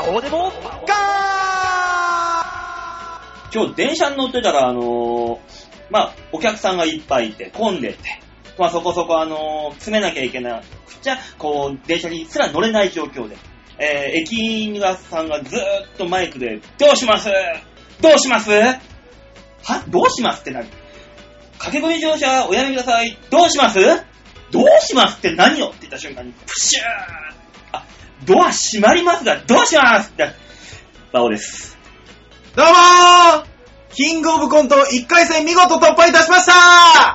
こうでもガー。今日電車に乗ってたらお客さんがいっぱいいて混んでて、そこそこ詰めなきゃいけなくちゃ電車にすら乗れない状況で、駅員さんがずーっとマイクでどうしますどうしますはどうしますって何、駆け込み乗車おやめください、どうしますどうしますって何よって言った瞬間にプシュー、ドア閉まりますがどうしますって、バオです。 どうもー、キングオブコント1回戦見事突破いたしました。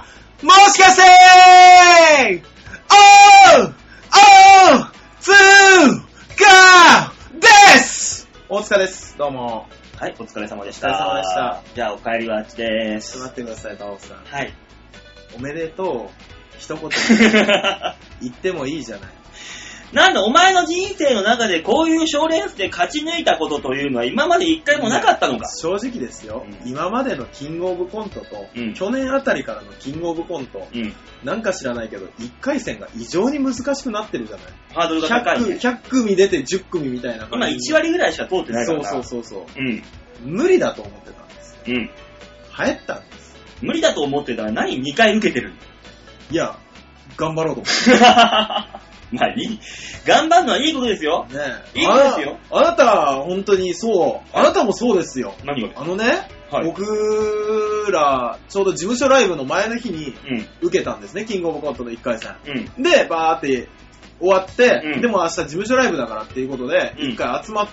もしかしておーツーガーです。大塚です。どうも。 はい、お疲れ様でした。 お疲れ様でした。 じゃあお帰りはあっちでーす。 ちょっと待ってください、バオさん。 はい。 おめでとう一言言ってもいいじゃない。 なんだ、お前の人生の中でこういう賞レースで勝ち抜いたことというのは今まで一回もなかったのか。 正直ですよ、今までのキングオブコントと、去年あたりからのキングオブコント、なんか知らないけど1回戦が異常に難しくなってるじゃない。 ハードルが高い、ね、 100組出て10組みたいな感じ。 今1割ぐらいしか通ってないからな。 そう、無理だと思ってたんです。流行ったんです。 無理だと思ってたら何2回受けてる。 いや、頑張ろうと思って頑張るのはいいことですよ。 ねえ。いいことですよ。 あなた、本当にそう。あなたもそうですよ。 何がですか？ はい、僕ら、ちょうど事務所ライブの前の日に受けたんですね、キングオブコントの1回戦。で、バーって終わって、でも明日事務所ライブだからっていうことで、1回集まって、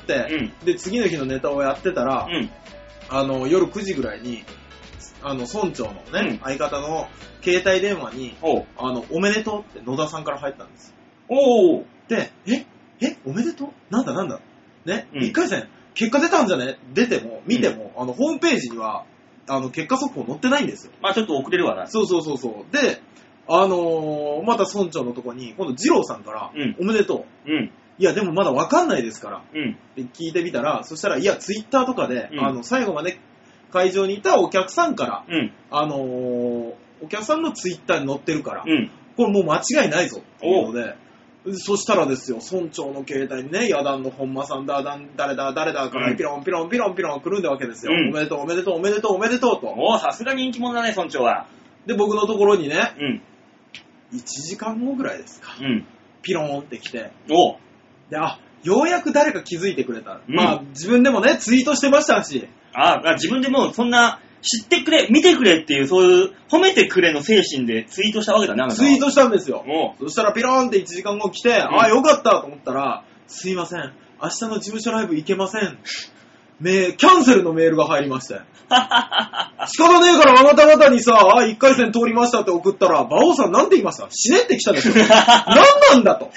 で、次の日のネタをやってたら、夜9時ぐらいに、村長のね、相方の携帯電話に、おめでとうって野田さんから入ったんです。で、おめでとうなんだね、1回戦、結果出たんじゃね出ても、見ても、ホームページには、結果速報載ってないんですよ。 ちょっと遅れるわな。 そう。で、また村長のとこに、今度二郎さんから、おめでとう。いや、でもまだわかんないですから。って聞いてみたら、そしたら、いや、ツイッターとかで、最後まで会場にいたお客さんから、お客さんのツイッターに載ってるから、これもう間違いないぞっていうので、そしたらですよ、村長の携帯にね、ヤダンの本間さんだ、誰だからピロン来るんだわけですよ。おめでとうと。 さすが人気者だね、村長は。 で、僕のところにね、1時間後ぐらいですか、ピロンって来て、で、ようやく誰か気づいてくれた。自分でもね、ツイートしてましたし。 自分でもそんな、知ってくれ、見てくれっていう、そういう、褒めてくれの精神でツイートしたわけだね、 ツイートしたんですよ。そしたらピローンって1時間後来て、よかったと思ったら、すいません、明日の事務所ライブ行けません。キャンセルのメールが入りまして。仕方ねえからあなた方にさ、1回戦通りましたって送ったら、馬王さんなんて言いました？死ねって来たでしょ。何なんだと。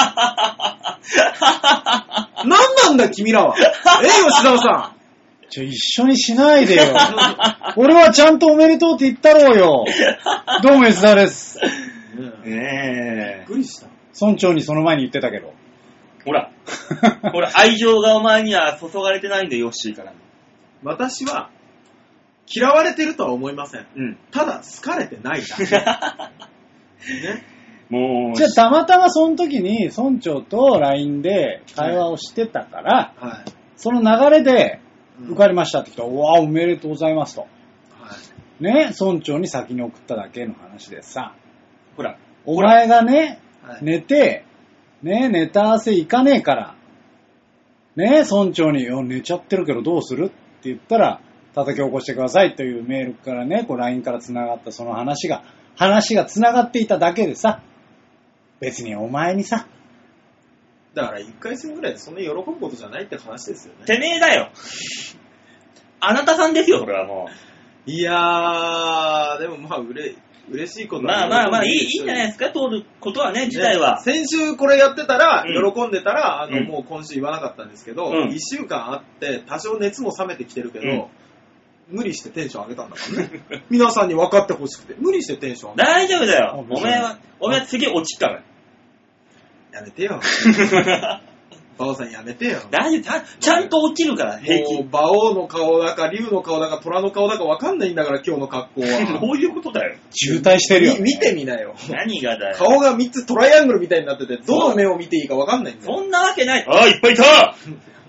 何なんだ君らは。吉沢さん。 一緒にしないでよ。俺はちゃんとおめでとうって言ったろうよ。どうも吉田です。 びっくりした。 村長にその前に言ってたけど。 ほら、愛情がお前には注がれてないんだよ、ヨッシーから。 私は、嫌われてるとは思いません。ただ、好かれてないだけ。ね。 もう。じゃあ、たまたまその時に村長と LINE で会話をしてたから、その流れで、受かりましたって来たら、おめでとうございますと。ね、村長に先に送っただけの話でさ。 ほら、 お前がね、寝て、ね、ネタ合わせ行かねえから、ね、村長に、寝ちゃってるけどどうするって言ったら、叩き起こしてくださいというメールからね、LINE から繋がったその話が繋がっていただけでさ、別にお前にさ、 だから1回戦ぐらいでそんな喜ぶことじゃないって話ですよね。 てめえだよ。あなたさんですよ、これはもう。いやー、でも嬉しいことは。いいんじゃないですか、通ることはね、自体は。 先週これやってたら、喜んでたら、もう今週言わなかったんですけど、1週間あって、多少熱も冷めてきてるけど、無理してテンション上げたんだからね。皆さんに分かってほしくて、無理してテンション上げた。 大丈夫だよ。お前は次落ちっから。 やめてよ。馬王さんやめてよ。 大丈夫、ちゃんと落ちるから、平気。 馬王の顔だか、竜の顔だか、虎の顔だか分かんないんだから、今日の格好は。 どういうことだよ。 渋滞してるよ。 見てみなよ。 何がだよ。 顔が3つトライアングルみたいになってて、どの目を見ていいか分かんないんだよ。 そんなわけない。いっぱいいた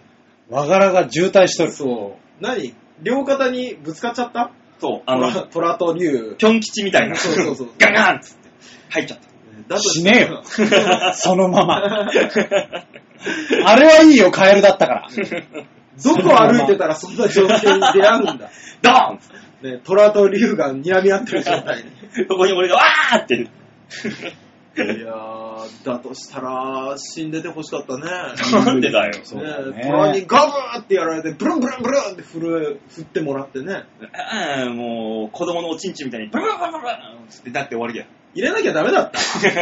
和柄が渋滞しとる。 そう。何両肩にぶつかっちゃった？ そう。 虎と竜。 ピョン吉みたいな。 そう。 ガンガンっつって入っちゃった。 だと死ねよ。そのまま。あれはいいよ、カエルだったから。 どこ歩いてたらそんな状況に出会うんだ。 ドーンね、虎と竜が睨み合ってる状態に。 そこに俺がわーってる。 いやー、だとしたら、死んでて欲しかったね。 なんでだよ。 そうだね。 虎にガブーってやられて、ブルンブルンブルンって振ってもらってね。 もう、子供のおちんちんみたいに、ブルンブルンブルンってなって終わりだよ。 入れなきゃダメだった。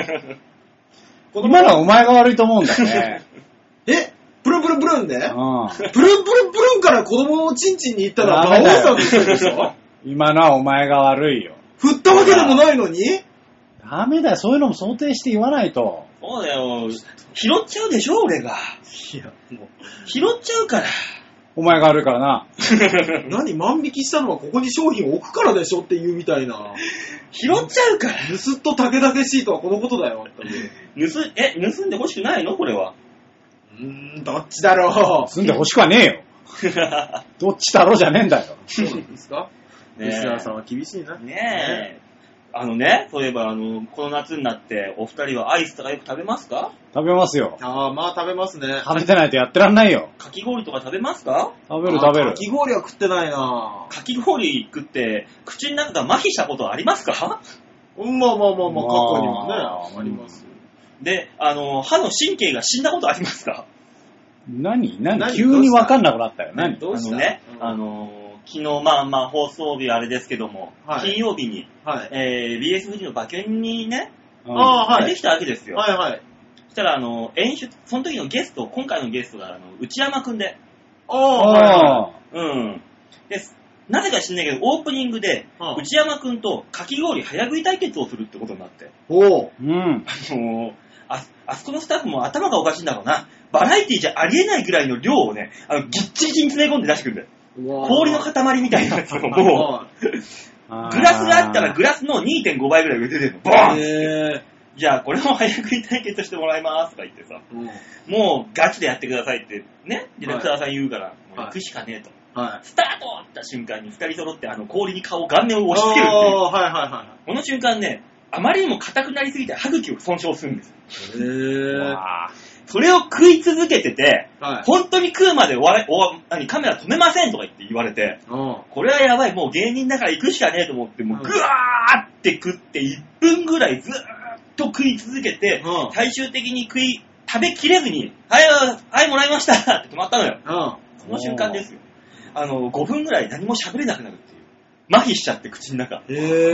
今のはお前が悪いと思うんだよね。 ブルンブルンブルンで、 うん。 ブルンブルンブルンから子供のおちんちんに行ったら、馬王さんのせいでしょ。 今のはお前が悪いよ。 振ったわけでもないのにダメだよ、そういうのも想定して言わないと。 そうだよ。拾っちゃうでしょ、俺が。 いや、もう。 拾っちゃうから。 お前が悪いからな。 何万引きしたのはここに商品を置くからでしょって言うみたいな。 拾っちゃうから。 盗っと竹々しいとはこのことだよ。 盗んで欲しくないのこれは。 どっちだろう。 盗んで欲しくはねえよ。どっちだろうじゃねえんだよ。 そうなんですか？リスナーさんは厳しいな。 ねえ。そういえば、この夏になって、お二人はアイスとかよく食べますか？ 食べますよ。 ああ、まあ食べますね。 食べてないとやってらんないよ。 かき氷とか食べますか？ 食べる。 かき氷は食ってないな。 かき氷食って、口の中が麻痺したことはありますか？ まあ、過去にはね、あります。 で、歯の神経が死んだことありますか？ 何急に分かんなくなったよ。何どうした？ 昨日、放送日あれですけども、金曜日に、BS 富士の馬券にね、出てきたわけですよ。 はいはい。 そしたら、演出、その時のゲスト、今回のゲストが、内山くんで。で、なぜか知んないけど、オープニングで、内山くんとかき氷早食い対決をするってことになって。あそこのスタッフも頭がおかしいんだろうな。バラエティじゃありえないぐらいの量をね、ぎっちぎちに詰め込んで出してくるんだよ。氷の塊みたいなやつをもう、グラスがあったらグラスの 2.5 倍ぐらい上出てるの。ボーンじゃあこれも早食い対決してもらいますとか言ってさ、もうガチでやってくださいってね、ディレクターさん言うから、もう行くしかねえと。スタートって言った瞬間に2人揃って氷に顔面を押し付けるっていう。この瞬間ね、あまりにも硬くなりすぎて歯茎を損傷するんですよ。それを食い続けてて、本当に食うまでカメラ止めませんとか言われて、これはやばい、もう芸人だから行くしかねえと思って、もうぐわーって食って1分ぐらいずーっと食い続けて、最終的に食べきれずに、はい、もらいましたって止まったのよ。その瞬間ですよ。5分ぐらい何も喋れなくなるっていう。麻痺しちゃって口の中。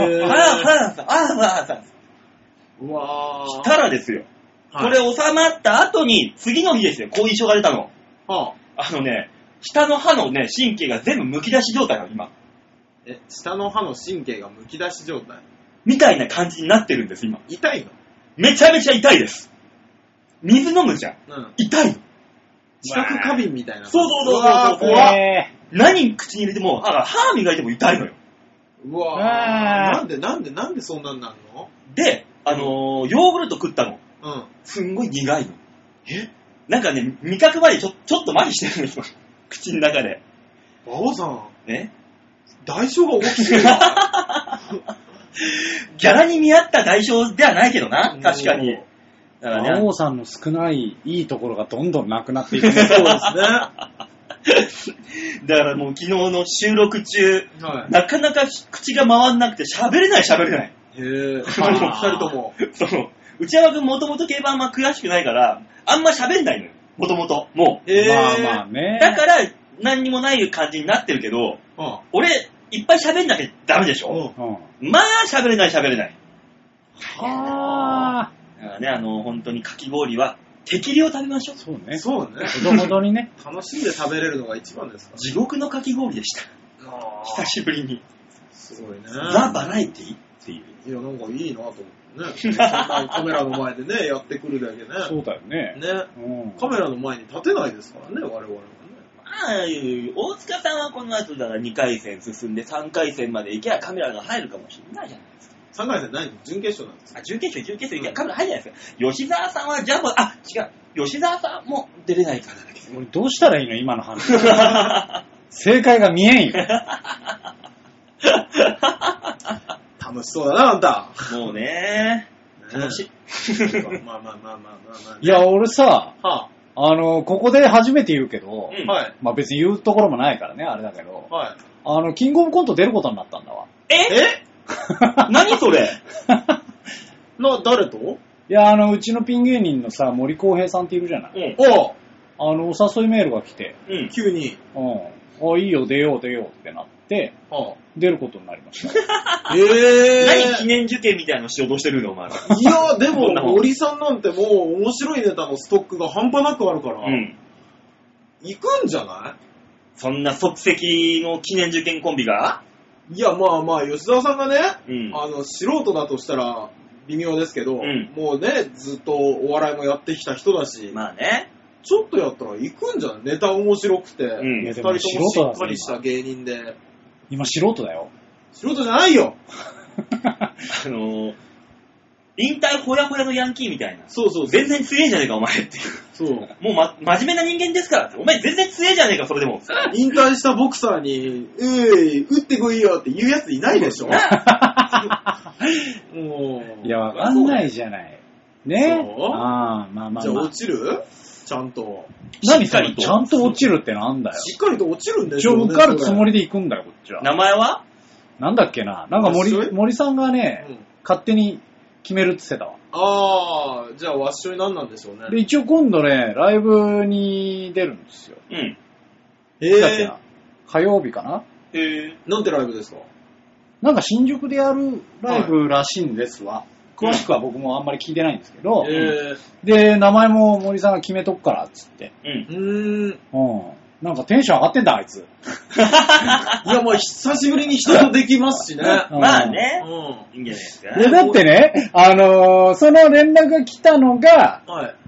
したらですよ。これ収まった後に、次の日ですよ、後遺症が出たの。下の歯のね、神経が全部むき出し状態なの、今。 下の歯の神経がむき出し状態みたいな感じになってるんです、今。 痛いの？ めちゃめちゃ痛いです。水飲むじゃん。痛いの。 知覚過敏みたいな。 そう。何口に入れても、歯磨いても痛いのよ。 なんでそんなんなるの？ で、ヨーグルト食ったの。すんごい苦いの。なんかね、味覚までちょっと麻痺してるの、口の中で。 馬王さん。 代償が大きすぎる。ギャラに見合った代償ではないけどな、確かに。 馬王さんの少ないいいところがどんどんなくなっていく。そうですね。 だからもう昨日の収録中、なかなか口が回んなくて喋れない。 2人とも。 内山くんもともと競馬あんま詳しくないから、あんま喋んないのよ。もともと。もう。 まあね。 だから、何にもない感じになってるけど、俺、いっぱい喋んなきゃダメでしょ。まあ、喋れない。だからね、本当にかき氷は、適量食べましょう。 そうね。 ほどほどにね。 楽しんで食べれるのが一番ですから。 地獄のかき氷でした。久しぶりに。 すごいね。 ザ・バラエティっていう。 いや、なんかいいなと思ってね。カメラの前でね、やってくるだけね。 そうだよね。 カメラの前に立てないですからね、我々はね。 大塚さんはこの後だから2回戦進んで3回戦まで行けばカメラが入るかもしれないじゃないですか。 3回戦ないの準決勝なんです。 準決勝、いや、カメラ入んないですか。吉沢さんは、じゃあもう、違う。吉沢さんも出れないからだけど。 俺どうしたらいいの今の話。正解が見えんよ。 楽しそうだな、あんた。 もうね楽しい。 まあ。 いや、俺さ、ここで初めて言うけど、 はい。 まあ別に言うところもないからね、あれだけど、 はい。 キングオブコント出ることになったんだわ。 何それ誰と？ いや、うちのピン芸人のさ、森公平さんっているじゃない。お誘いメールが来て、 急に。 いいよ、出ようってなって、出ることになりました。 何記念受験みたいなのしようとしてるのお前。 いや、でも、森さんなんてもう面白いネタのストックが半端なくあるから、行くんじゃない？ そんな即席の記念受験コンビが？ いや、まあ、吉沢さんがね、素人だとしたら微妙ですけど、もうね、ずっとお笑いもやってきた人だし、 まあね。 ちょっとやったら行くんじゃない？ネタ面白くて、二人ともしっかりした芸人で。 今素人だよ。 素人じゃないよ引退ほやほやのヤンキーみたいな。 そう。 全然強えじゃねえか、お前っていう。 そう。 もう真面目な人間ですからって。お前全然強えじゃねえか、それでも。 引退したボクサーに、打ってこいよって言うやついないでしょもう。 いや、わかんないじゃない。ね。 そう？ まあ。 じゃあ落ちる？ちゃんと。 何それ？ちゃんと落ちるってなんだよ。 しっかりと落ちるんでしょうね。 受かるつもりで行くんだよ、こっちは。 名前は？ なんだっけな。なんか森さんがね、勝手に決めるって言ってたわ。 じゃあわっしょい何なんでしょうね。 で、一応今度ね、ライブに出るんですよ。だっけな。火曜日かな？ なんてライブですか？ なんか新宿でやるライブらしいんですわ。詳しくは僕もあんまり聞いてないんですけど、で、名前も森さんが決めとくからっつって。なんかテンション上がってんだ、あいつ。 いや、もう久しぶりに人とできますしね。 まあね。いいんじゃないですか。 だってね、その連絡が来たのが、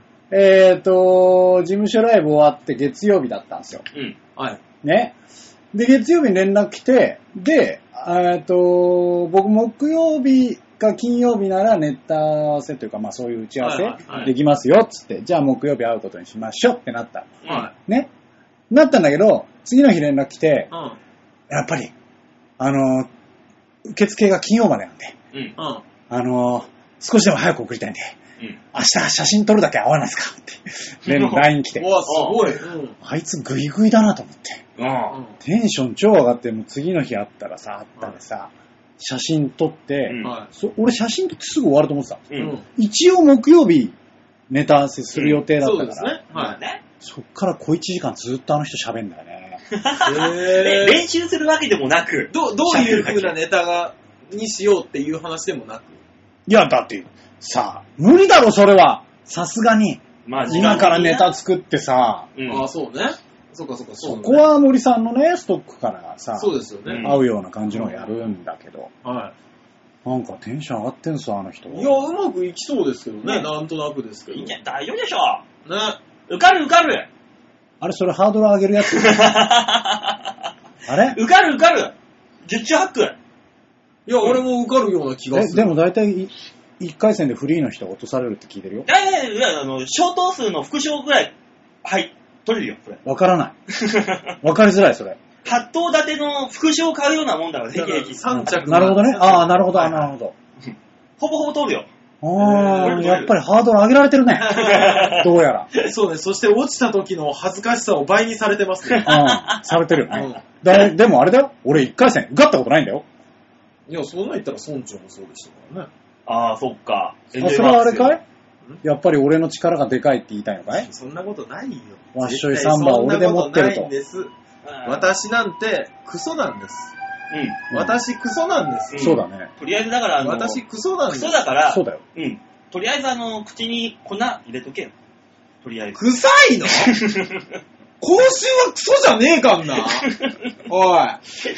事務所ライブ終わって月曜日だったんですよ。ね。で、月曜日に連絡来て、で、僕木曜日か金曜日ならネタ合わせというか、まあそういう打ち合わせできますよ、つって、じゃあ木曜日会うことにしましょうってなった。ね。なったんだけど、次の日連絡来て、やっぱり、受付が金曜までなんで、少しでも早く送りたいんで、明日写真撮るだけ合わないですかって、LINE 来て。 うわ、すごい。 あいつグイグイだなと思って。テンション超上がって、もう次の日会ったらさ、写真撮って、俺写真撮ってすぐ終わると思ってた。一応木曜日ネタ合わせする予定だったから、そっから小1時間ずっとあの人喋んだよね。 練習するわけでもなく。 どういう風なネタにしようっていう話でもなく。 いや、だって、さ、無理だろ、それは。さすがに。今からネタ作ってさ。 そうね。そこは森さんのね、ストックからさ、 そうですよね。 合うような感じのをやるんだけど。なんかテンション上がってんすよ、あの人。 いや、うまくいきそうですけどね。なんとなくですけど。 いや、大丈夫でしょ。 ね。 受かる。 あれ、それハードル上げるやつあれ受かる。十中八九。 いや、俺も受かるような気がする。 でも大体、1回戦でフリーの人が落とされるって聞いてるよ。 いや、小等数の副賞ぐらい、取れるよ、これ。 わからない。わかりづらい、それ。 8等立ての副賞を買うようなもんだから、平気。 3着。 なるほどね。なるほど。 ほぼほぼ取るよ。 やっぱりハードル上げられてるね。どうやら。 そうね。そして落ちた時の恥ずかしさを倍にされてますね。 されてるよね。でもあれだよ。俺1回戦受かったことないんだよ。 いや、そんなん言ったら村長もそうでしたからね。 そっか。 それはあれかい？やっぱり俺の力がでかいって言いたいのかい？ そんなことないよ。 わっしょいサンバは俺で持ってると。 そんなことないんです。私なんてクソなんです。私クソなんです。 そうだね。 とりあえずだから私クソなんです。 クソだから、 そうだよ。 とりあえず口に粉入れとけよ。とりあえず。 臭いの？口臭はクソじゃねえかんな。おい。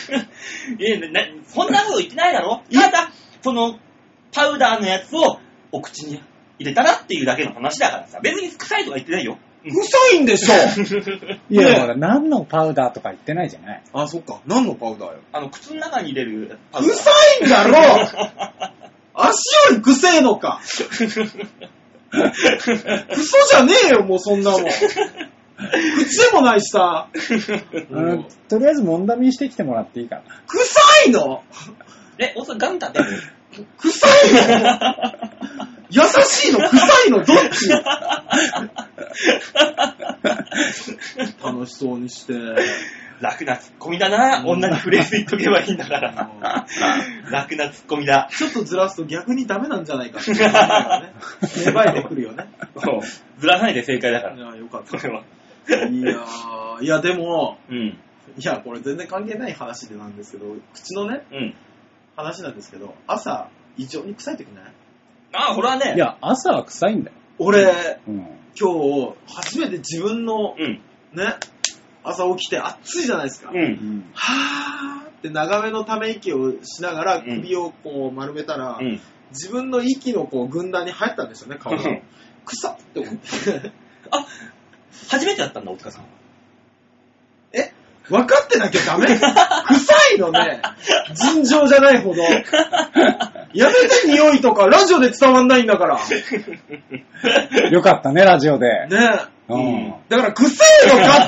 そんなこと言ってないだろ？ただ、その、パウダーのやつをお口に入れたらっていうだけの話だからさ。別に臭いとか言ってないよ。 臭いんでしょ。 いや、俺何のパウダーとか言ってないじゃない。 そっか。何のパウダーよ。 靴の中に入れるパウダー。臭いんだろ。 足よりくせえのか。クソじゃねえよ、もうそんなもん。口でもないしさ。 とりあえずもんだみしてきてもらっていいかな。 臭いの？ おそガンタって臭いの？優しいの？臭いの？どっち？楽しそうにして。 楽なツッコミだな。女にフレーズ言っとけばいいんだから。楽なツッコミだ。 ちょっとずらすと逆にダメなんじゃないかっていう考えがね、芽生えてくるよね。 ずらさないで正解だから。 いや、よかった。いや、でも、いや、これ全然関係ない話でなんですけど、口のね、話なんですけど、朝、異常に臭い時ない？ ああ、これはね。 いや、朝は臭いんだよ。 俺、今日、初めて自分の、ね、朝起きて暑いじゃないですか。はーって長めのため息をしながら首をこう丸めたら、自分の息のこう軍団に入ったんですよね、顔が。臭っって思って。 あ、初めてだったんだ、大塚さんは。 分かってなきゃダメ？臭いのね。尋常じゃないほど。やめて匂いとか、ラジオで伝わんないんだから。 よかったね、ラジオで。 ねえ。だから、臭いのかって。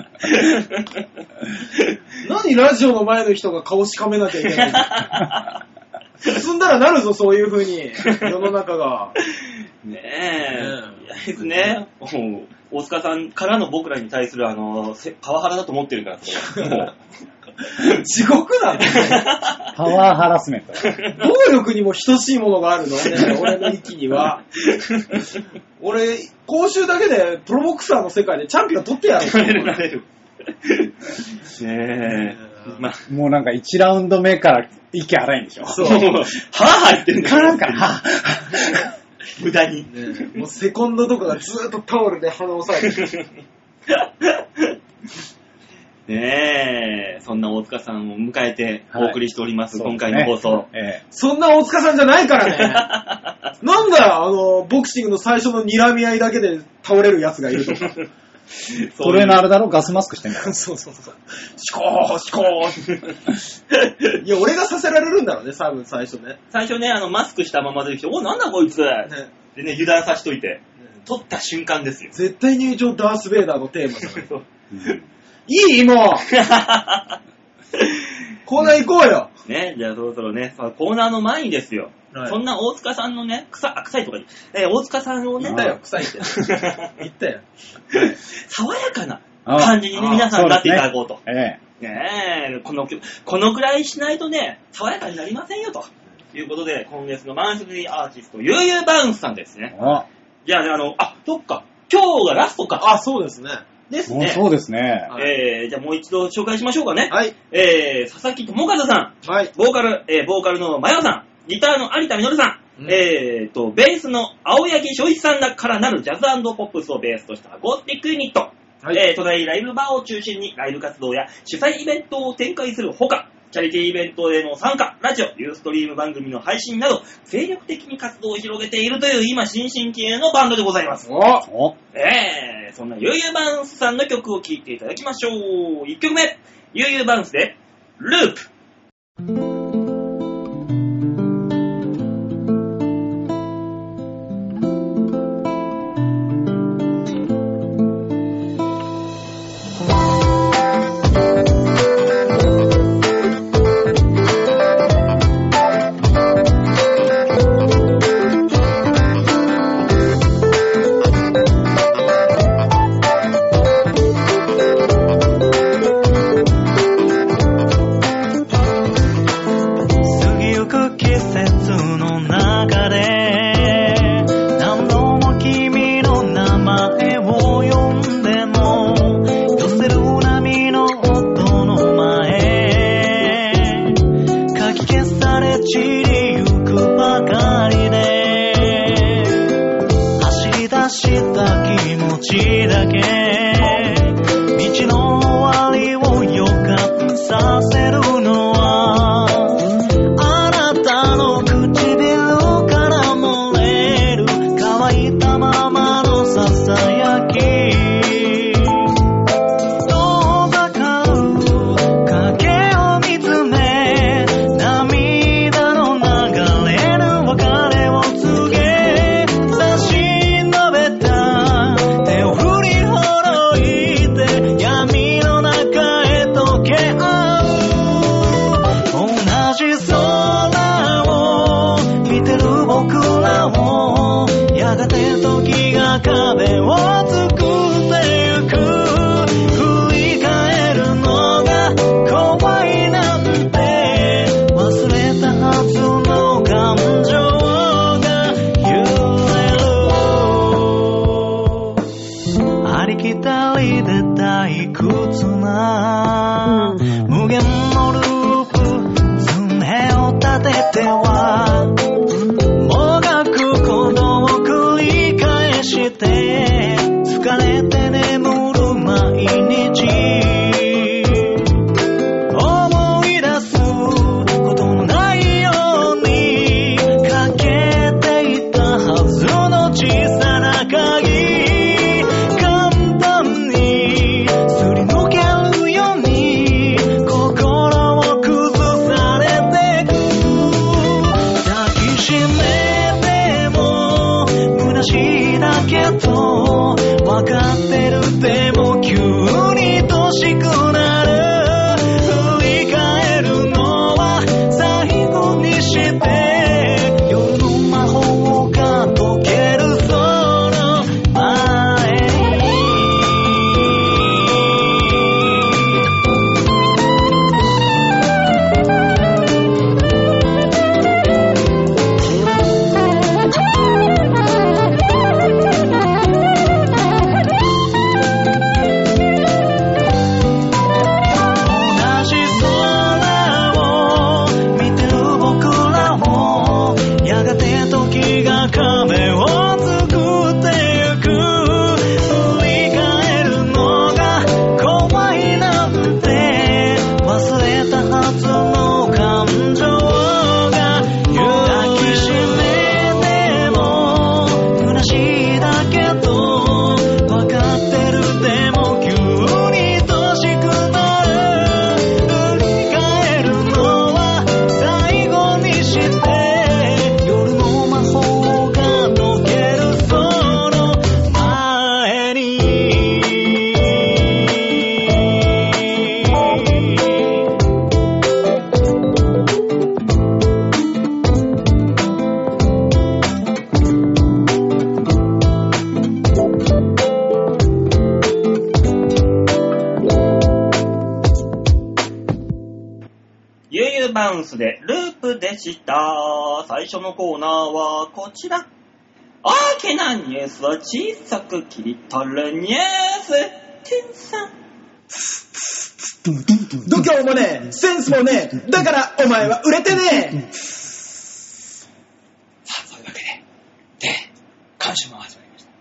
何ラジオの前の人が顔しかめなきゃいけないの？進んだらなるぞ、そういう風に。世の中が。 ねえ。ですね。大塚さんからの僕らに対するパワハラだと思ってるから、それは。 地獄なんだよ。 パワーハラスメント。 暴力にも等しいものがあるのね、俺の息には。俺、講習だけでプロボクサーの世界でチャンピオン取ってやる。 なれる。ねえ。 もうなんか1ラウンド目から息荒いんでしょ。 そう。 はぁ入ってるんだよ。 なんかは無駄に。 もうセコンドとかがずーっとタオルで鼻を押さえてる。 ねえ、そんな大塚さんを迎えてお送りしております、今回の放送。 そんな大塚さんじゃないからね。なんだよ、ボクシングの最初の睨み合いだけで倒れる奴がいるとか。 トレーナーあれだろ、ガスマスクしてんだよ。 そう。シコーシコー。いや、俺がさせられるんだろうね、多分最初ね。 最初ね、マスクしたまま出てきて、お、なんだこいつ、ね、でね、油断さしといて、取った瞬間ですよ。 絶対入場ダース・ベイダーのテーマじゃない。いいもうコーナー行こうよ。 ね、じゃあそろそろね、コーナーの前にですよ。はい、そんな大塚さんのね、臭いとかに、大塚さんをね、 言ったよ、臭いって。言ったよ。 爽やかな感じにね、皆さんになっていただこうと。ねえ、このくらいしないとね、爽やかになりませんよ、ということで、今月のマンスリーアーティスト、ゆうゆうバウンスさんですね。じゃあ、そっか、今日がラストか。 あ、そうですね。 ですね。 そうですね。 じゃあもう一度紹介しましょうかね。 はい。 佐々木智和さん。 はい。 ボーカルのまよさん。ギターの有田実さん。ベースの青柳翔一さんからなるジャズ&ポップスをベースとしたアコースティックユニット。はい。都内ライブバーを中心にライブ活動や主催イベントを展開するほか、チャリティーイベントへの参加、ラジオ、ユーストリーム番組の配信など、精力的に活動を広げているという今新進気鋭のバンドでございます。そんなゆうゆうバウンスさんの曲を聴いていただきましょう。1曲目、ゆうゆうバウンスで、ループ。 僕らをやがて時が壁を作ってゆく振り返るのが怖いなんて忘れたはずの感情が揺れるありきたりで退屈な無限のループ常を立ててはもがくことを繰り返して疲れて眠る毎日思い出すことのないようにかけていたはずの小さな鍵簡単にすり抜けるように心を崩されてく抱きしめても虚しいだけと分かってるでも急に年くなる振り返るのは最後にして夜の魔法が解けるその前に同じ空を見てる僕らもやがて時が壁を作ってゆく振り返るのが怖いなんて忘れたはずの感情が抱きしめても虚しいだけと分かってるでも急に年くなる振り返るのは最後にして夜の魔法が解けるその前にゆうゆうバウンスでループでした。最初のコーナーはこちら。大きなニュースを小さく切り取るニュース。天さん。 度胸もねえ、センスもねえ、だからお前は売れてねさあ、そういうわけで、今週も始まりました。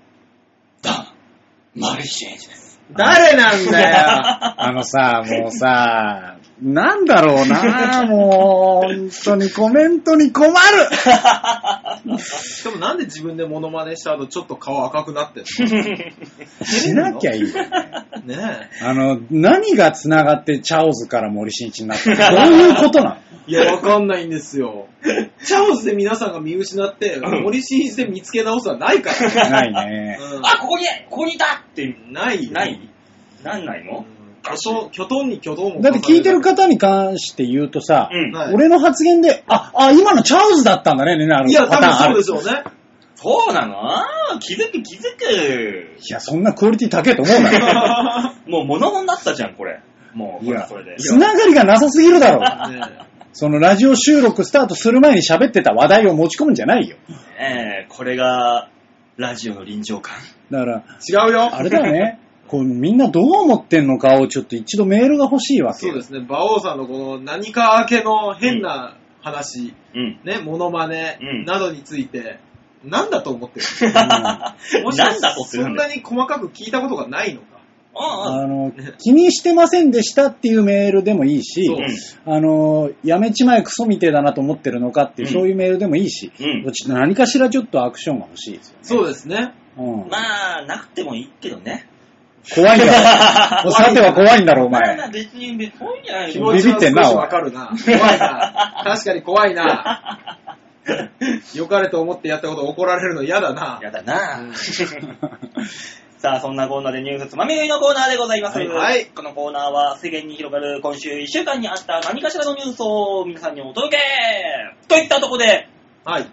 どうも、マルシエイジです。 え。誰なんだよ。 もうさ、なんだろうな、もう、本当にコメントに困るしかもなんで自分でモノマネした後ちょっと顔赤くなってんのしなきゃいいよね。 ね何が繋がってチャオズから森進一になったのどういうことなのえ。いや、わかんないんですよ。チャオズで皆さんが見失って、森進一で見つけ直すはないから。 ないね。 あ、ここにいたってないよ。 なんないの？ キョトンにキョトンも。 だって聞いてる方に関して言うとさ、 はい俺の発言で、今のチャオズだったんだね、 いや、多分そうでしょうね。 そうなの？気づく。 いや、そんなクオリティ高いと思うなよ。 もう物になったじゃん、これ。もう、 いやこれで。 つながりがなさすぎるだろう。 ねそのラジオ収録スタートする前に喋ってた話題を持ち込むんじゃないよ。 これが、ラジオの臨場感。 だから、 違うよ。 あれだよね。こうみんなどう思ってんのかをちょっと一度メールが欲しいわけよ。 そうですね。馬王さんのこの何か明けの変な話、ね、モノマネなどについて、何だと思ってるもし何だとするそんなに細かく聞いたことがないのか。 気にしてませんでしたっていうメールでもいいし、やめちまえクソみてえだなと思ってるのかっていう、そういうメールでもいいし、何かしらちょっとアクションが欲しいですよね。 そうですね。 まあ、なくてもいいけどね。 怖いんだろ。さては怖いんだろ、お前。 別に怖いんじゃない気持ちは少しわかるな。怖いな。確かに怖いな。良かれと思ってやったこと怒られるの嫌だな。 嫌だな。さあ、そんなコーナーでニュースつまみ食いのコーナーでございます。 はい。 このコーナーは世間に広がる今週1週間にあった何かしらのニュースを皆さんにお届けといったところで、 はい。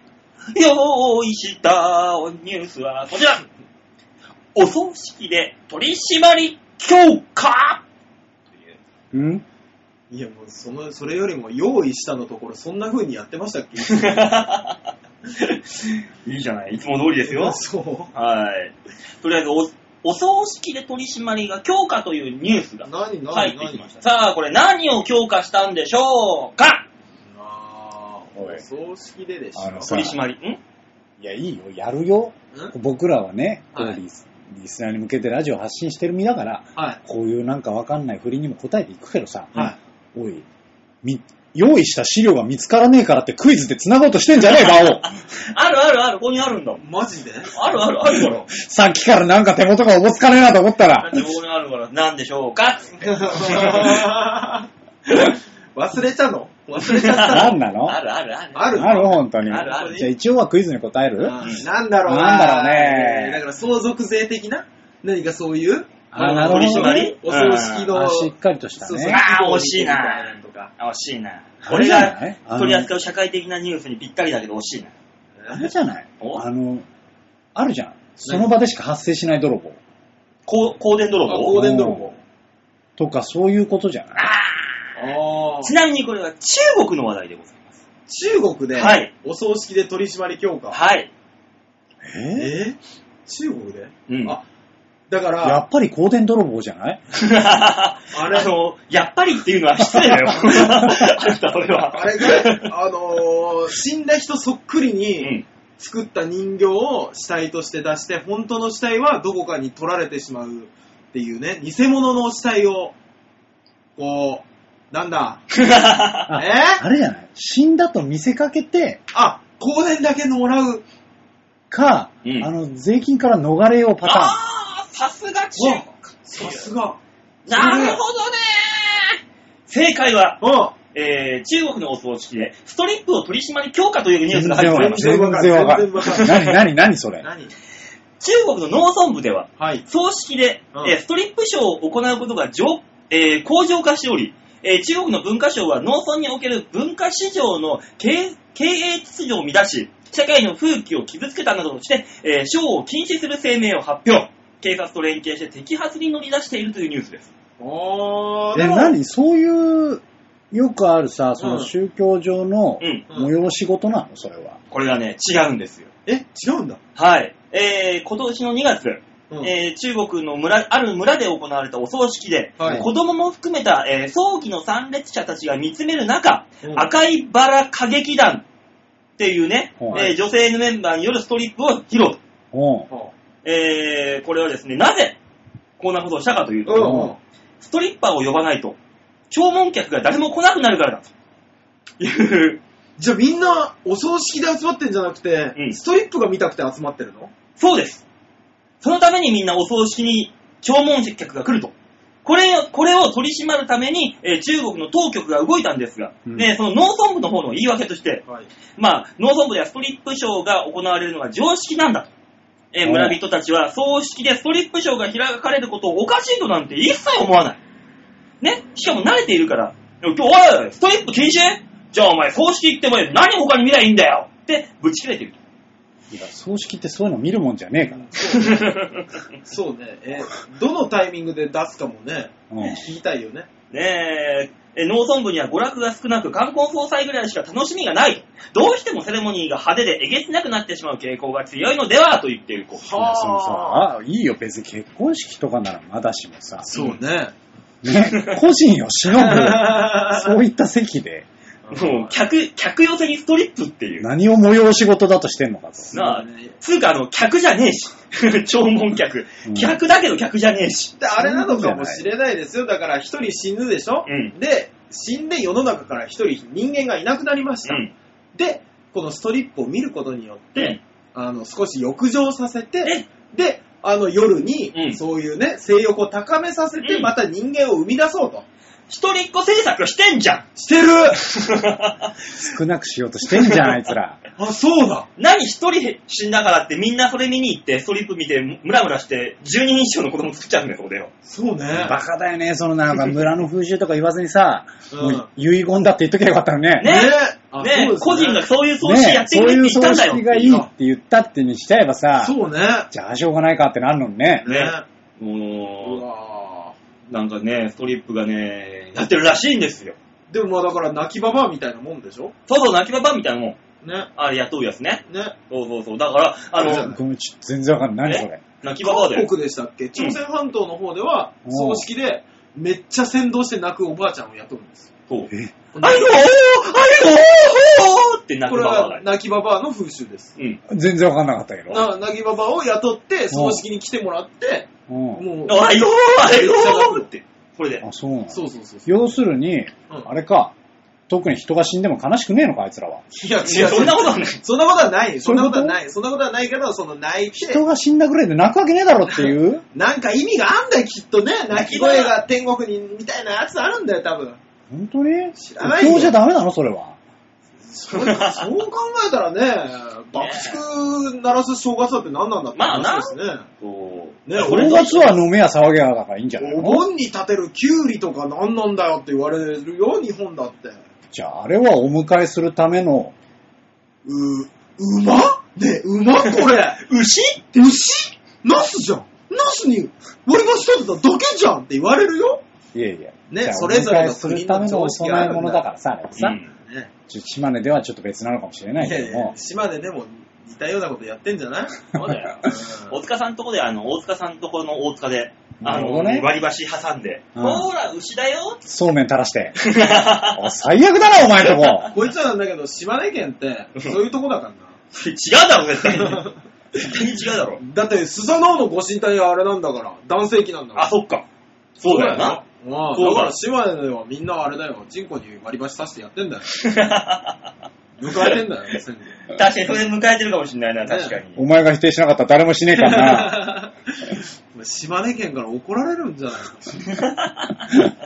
用意したニュースはこちら。お葬式で取り締まり強化んいや、もうそれよりも用意したのところ、そんな風にやってましたっけいいじゃない。いつも通りですよ。 そう。 はい。とりあえずお葬式で取り締まりが強化というニュースが入ってきました。さあ、これ何を強化したんでしょうか？ お葬式ででしょ。 取り締まり。 いや、いいよ。やるよ。僕らはね、リスナーに向けてラジオ発信してる身だから、はい、こういうなんかわかんない振りにも答えていくけどさ、はい、おい、用意した資料が見つからねえからってクイズで繋ごうとしてんじゃねえか、 ある、ここにあるんだ。 マジで？ あるから。 さっきからなんか手元がおぼつかねえなと思ったら。 ここにあるから、なんでしょうか忘れちゃった。 何なの？ ある、 本当に。じゃあ一応はクイズに答える？ なんだろうね。だから相続税的な何かそういうなるほどね。 お葬式のしっかりとしたね。 惜しいな。俺が取り扱う社会的なニュースにぴったりだけど惜しいな。 あれじゃない？あるじゃん。その場でしか発生しない泥棒。 香典泥棒？ 香典泥棒。 とかそういうことじゃない？ ちなみにこれは中国の話題でございます。 中国で、はい、お葬式で取り締まり強化。 はい。 中国で？ だから。やっぱり香典泥棒じゃない？ あれやっぱりっていうのは失礼だよ。あれが、死んだ人そっくりに作った人形を死体として出して、本当の死体はどこかに取られてしまうっていうね、偽物の死体を、こう、なんだあれじゃない？死んだと見せかけて、 香典だけもらうか、税金から逃れようパターン。 さすが中国。 さすが。 なるほどね。正解は、中国のお葬式でストリップを取り締まり強化というニュースが入っております。 全然わかる。何それ？ 中国の農村部では、葬式で、ストリップショーを行うことが向上化しており、中国の文化省は農村における文化市場の経営秩序を乱し、社会の風紀を傷つけたなどとして、ショーを禁止する声明を発表。警察と連携して摘発に乗り出しているというニュースです。 何？そういう、よくあるさ、その宗教上の催し事なの？それは。 これがね、違うんですよ。 違うんだ。 はい。今年の2月、中国のある村で行われたお葬式で、子供も含めた、葬儀の参列者たちが見つめる中、赤いバラ歌劇団っていうね、女性のメンバーによるストリップを披露。これはですね、なぜこんなことをしたかというと、ストリッパーを呼ばないと、弔問客が誰も来なくなるからだという。 じゃあみんなお葬式で集まってんじゃなくて、ストリップが見たくて集まってるの？ そうです。そのためにみんなお葬式に弔問客が来ると。これを取り締まるために、中国の当局が動いたんですが、でその農村部の方の言い訳として、農村部ではストリップショーが行われるのが常識なんだと。村人たちは葬式でストリップショーが開かれることをおかしいとなんて一切思わない。ね。しかも慣れているから、おい、ストリップ禁止？じゃあお前葬式行っても何他に見りゃいいんだよってぶち切れていると。 いや、葬式ってそういうの見るもんじゃねえから。 そうね。どのタイミングで出すかもね、聞きたいよね。 ねえ、農村部には娯楽が少なく、冠婚葬祭ぐらいしか楽しみがないと。どうしてもセレモニーが派手でえげつなくなってしまう傾向が強いのではと言っている子。 そのさ、いいよ、別に結婚式とかならまだしもさ。 そうね。 個人を忍ぶ、そういった席で。 もう、客寄せにストリップっていう。 何を催し事だとしてんのかと。 つうか、客じゃねえし。弔問客。客だけど客じゃねえし。 あれなのかもしれないですよ。だから一人死ぬでしょ、で、死んで世の中から一人人間がいなくなりました。で、このストリップを見ることによって、少し浴場させて、で、夜に、そういうね、性欲を高めさせて、また人間を生み出そうと。 一人っ子政策してんじゃん。 してる少なくしようとしてんじゃん、あいつら。 あ、そうだ。 何一人死んだからってみんなそれ見に行ってストリップ見てムラムラして10人以上の子供作っちゃうんだよ、そこでよ。 そうね。 バカだよね、そのなんか村の風習とか言わずにさ、 うんもう遺言だって言っときゃよかったのね。 ねあね、 そうですね個人がそういう葬式やってくれって言ったんだよ。 そういう葬式がいいって言ったってにしちゃえばさ、 そうね。 じゃあしょうがないかってなるのにね。 ね。うもわう、なんかね、ストリップがね、やってるらしいんですよ。 でもまあだから泣きババアみたいなもんでしょ。 そうそう、泣きババアみたいなもん。 ね。 あれ雇うやつね。 ね。 そうそうそう。だから、 ごめん、ちょっと全然わかんない。何それ。 泣きババアだよ。 韓国でしたっけ、朝鮮半島の方では、葬式でめっちゃ先導して泣くおばあちゃんを雇うんですよ。 そう。 えあいごーって泣これくババアだよ。 は泣きババアの風習です。 うん。 全然わかんなかったけど。 泣きババアを雇って葬式に来てもらって、 うん。 もう、 あいごーって。これで。 あ、そうなの。 そうそうそうそう。 要するに、 うんあれか、特に人が死んでも悲しくねえのか、あいつらは。 いや、 いや、そんなことはない。 そんなことはない。そんなことはそういうない。そんなことはないけど、その泣いて、 人が死んだぐらいで泣くわけねえだろっていうなんか意味があんだよ、きっとね。泣き声が天国に、みたいなやつあるんだよ、多分。 本当に知らないよ今日じゃダメなのそれは。 そう考えたらね、爆竹鳴らす正月だって何なんだって話ですね。 そう。 ね、 正月は飲めや騒げやだからいいんじゃないおの盆に立てるキュウリとか何なんだよって言われるよ、日本だって。 じゃあ、あれはお迎えするための、 馬ね、馬これ。 牛ナスじゃん。ナスに割り箸立てただけじゃんって言われるよ。 いやいや、 ねじゃあそれぞれのお迎えするためのお供え物だからさ、あれはさ、 うんね、 島根ではちょっと別なのかもしれないけども、 島根でも似たようなことやってんじゃない？ そうだよ。大塚さんとこで、大塚さんとこの大塚で、 なるほどね割り箸挟んで、 うんほーら、牛だよそうめん垂らして。お最悪だな、お前んとこ。 こいつはなんだけど、島根県って、そういうとこだからな。 違うだろ、絶対に。絶対に違うだろ。 だって、スサノオのご神体はあれなんだから、男性器なんだから。 あ、そっか。そうだよな。 まあ、 そうだだから島根ではみんなあれだよ、チンコに割り箸刺してやってんだよ。迎えてんだよ、先確かにそれで迎えてるかもしれないな、確かに。 お前が否定しなかったら誰もしねえからな。 島根県から怒られるんじゃないか。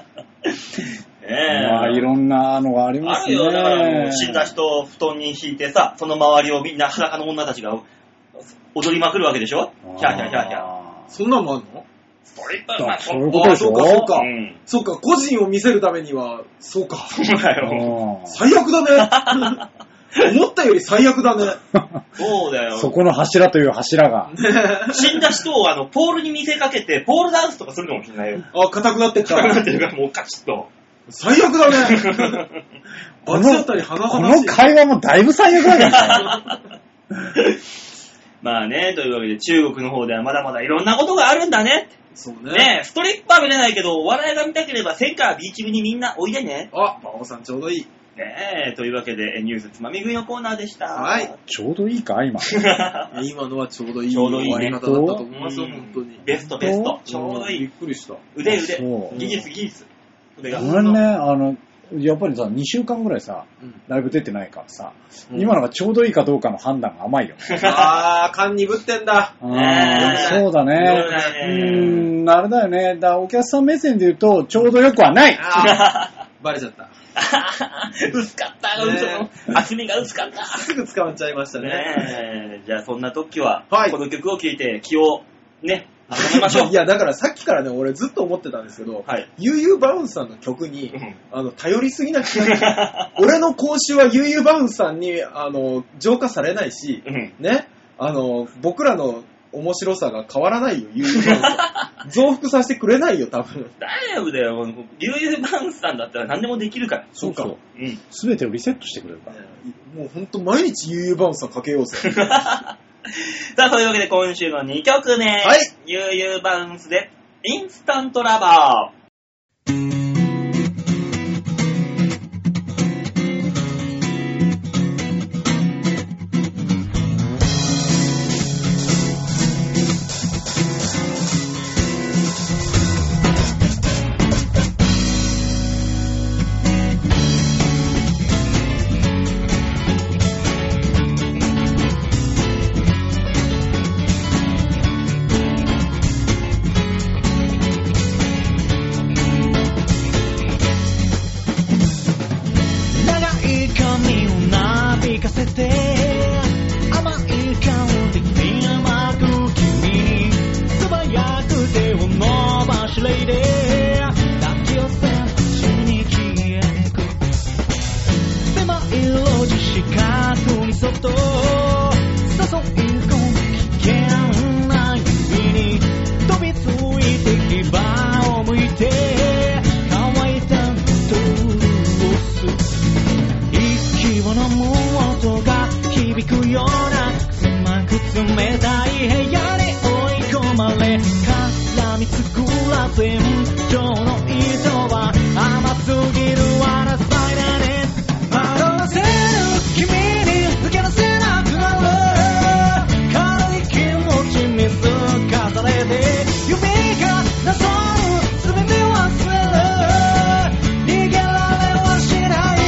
まあ、いろんなのがありますね。 あるよ、だからもう死んだ人を布団に敷いてさ、その周りをみんな裸の女たちが踊りまくるわけでしょ。ヒャーヒャーヒャーヒャー。 そんなんもあんの？ ストリップ、まあ、 そういうことでしょ。 そうか。 うんそうか、個人を見せるためには、そうか。 そうだよ。 最悪だね。思ったより最悪だね。 そうだよ。 そこの柱という柱が。 死んだ人をポールに見せかけて、ポールダンスとかするかもしれないよ。 あ、硬くなってっ硬くなた。 ってるからもうカチッと。 最悪だね。 こ罰当たり鼻こ話。 の会話もだいぶ最悪だからね。 まあね、というわけで中国の方ではまだまだいろんなことがあるんだね。 そうね。 ねストリップは見れないけど、お笑いが見たければ、センカービーチ部にみんなおいでね。 あ、馬王さんちょうどいい。 ねというわけで、ニュースつまみ食いのコーナーでした。 はい。 ちょうどいいか今。 今のはちょうどいいちょうどいいね終わり方だったと思いますよ、 うん本当に。 ベストベスト。ちょうどいびっい。 くりした。 腕そう技術技術。腕が。 ごめんね、やっぱりさ、2週間ぐらいさ、 うんライブ出てないからさ、 うん今のがちょうどいいかどうかの判断が甘いよね。 あー、勘鈍ってんだ。 そうだね。 よくないねあれだよね。お客さん目線で言うと、ちょうどよくはない。 あー、バレちゃった。 薄かった、 ね嘘の厚みが薄かった。 すぐ捕まっちゃいましたね。 ねじゃあそんな時は、 はいこの曲を聴いて気をね、温めましょう。 いや、だからさっきからね、俺ずっと思ってたんですけど、 はい。 悠々バウンスさんの曲にう、ん頼りすぎな気がする。俺の講習は悠々バウンスさんに、浄化されないし、 うんね、僕らの面白さが変わらないよ、悠々バウンスさん。増幅させてくれないよ、多分。 大丈夫だよ。リュウユーバウンスさんだったら何でもできるから。 そうか。 うん。 すべてをリセットしてくれるから。 もうほんと毎日悠々バウンスさんかけようぜ。 さあ、というわけで今週の2曲目。 はい。 ユーユーバウンスで、インスタントラバー。 冷たい部屋に追い込まれ絡みつくら全長の糸は甘すぎる争いだね惑わせる君に抜け出せなくなる軽い気持ち見透かされて指がなぞる全て忘れる逃げられはしない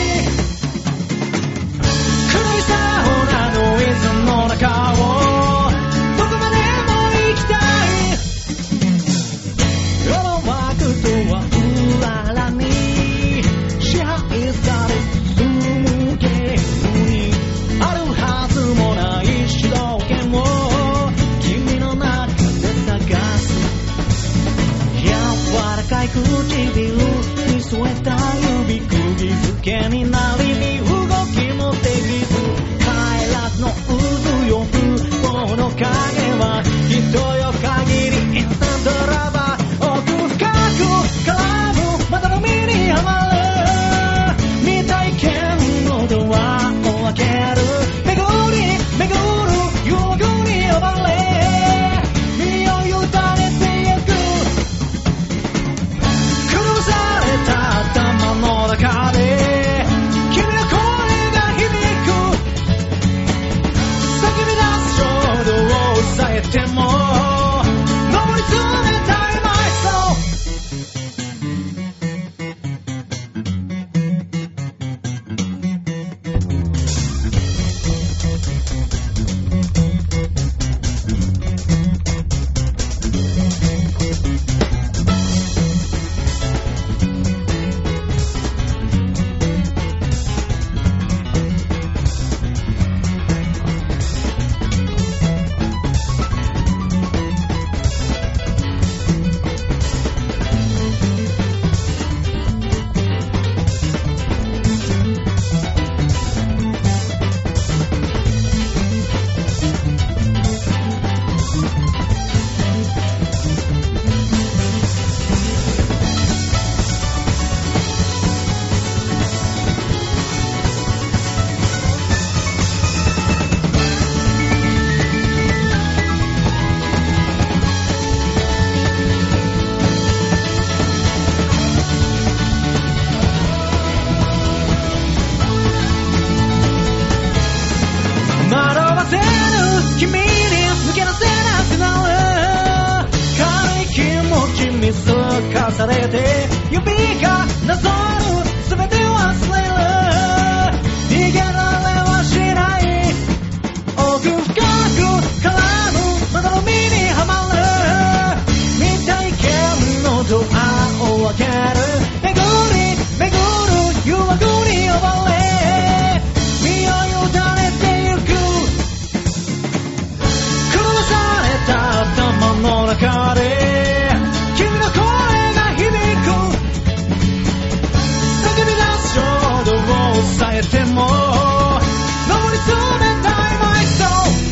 狂いそうなノイズの中をどこまでも行きたい世の枠とはうららに支配され進むゲームにあるはずもない主導権を君の中で探す柔らかい唇に添えた指釘付けになり身動きもできず帰らずの渦よこの影は人よ限りインスタントラバー奥深く絡むまたの身にはまる未体験のドアを開ける巡り巡る誘惑に呼ばれ身を委ねてゆく狂された頭の中で君の声が響く叫び出す衝動を抑えても上り詰めたい My soul惑わせる君に抜け出せなくなる軽い気持ち見透かされて指がなぞる全て忘れる逃げられはしない奥深く絡むまたの身にはまる未体験のドアを開ける巡り巡る誘惑に呼ばれ身を委ねてゆく狂わされた頭の中で君の声が響く叫び出す衝動を抑えても上り詰めたい My soul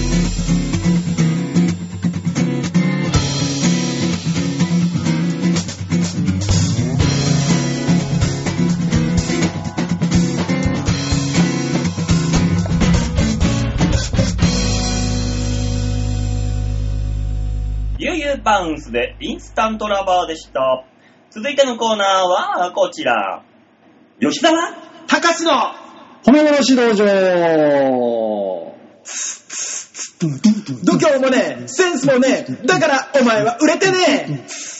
ゆうゆうバウンスでインスタントラバーでした。続いてのコーナーはこちら。吉沢高志の褒め殺し道場。 度胸もねえセンスもねえだからお前は売れてね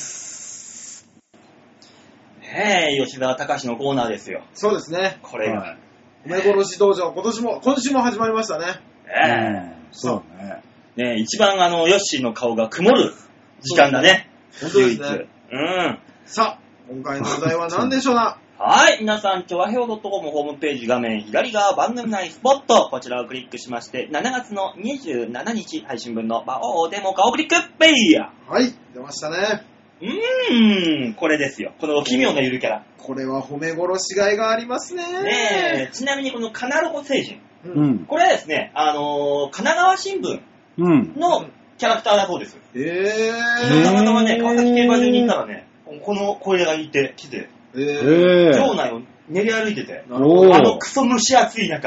え吉沢隆のコーナーですよ。 そうですねこれが、 はい褒め殺し道場今週も始まりましたねそうね。 ね一番ヨッシーの顔が曇る時間だね。 本当ですね。 うん。 さあ、今回のお題は何でしょうな。 はい、皆さん、ちょわへお .com ホームページ画面左側番組内スポット、こちらをクリックしまして、7月の27日配信分の場をデモ化をクリックペイヤはい、出ましたね。 これですよ。この奇妙なゆるキャラ。 これは褒め殺しがいがありますね。 ねえ、ちなみにこのカナロコ星人。これはですね、神奈川新聞のキャラクターだそうです。たまたまね、川崎競馬場に行ったらね、この声がいて、来て、場内を練り歩いてて、クソ蒸し暑い中、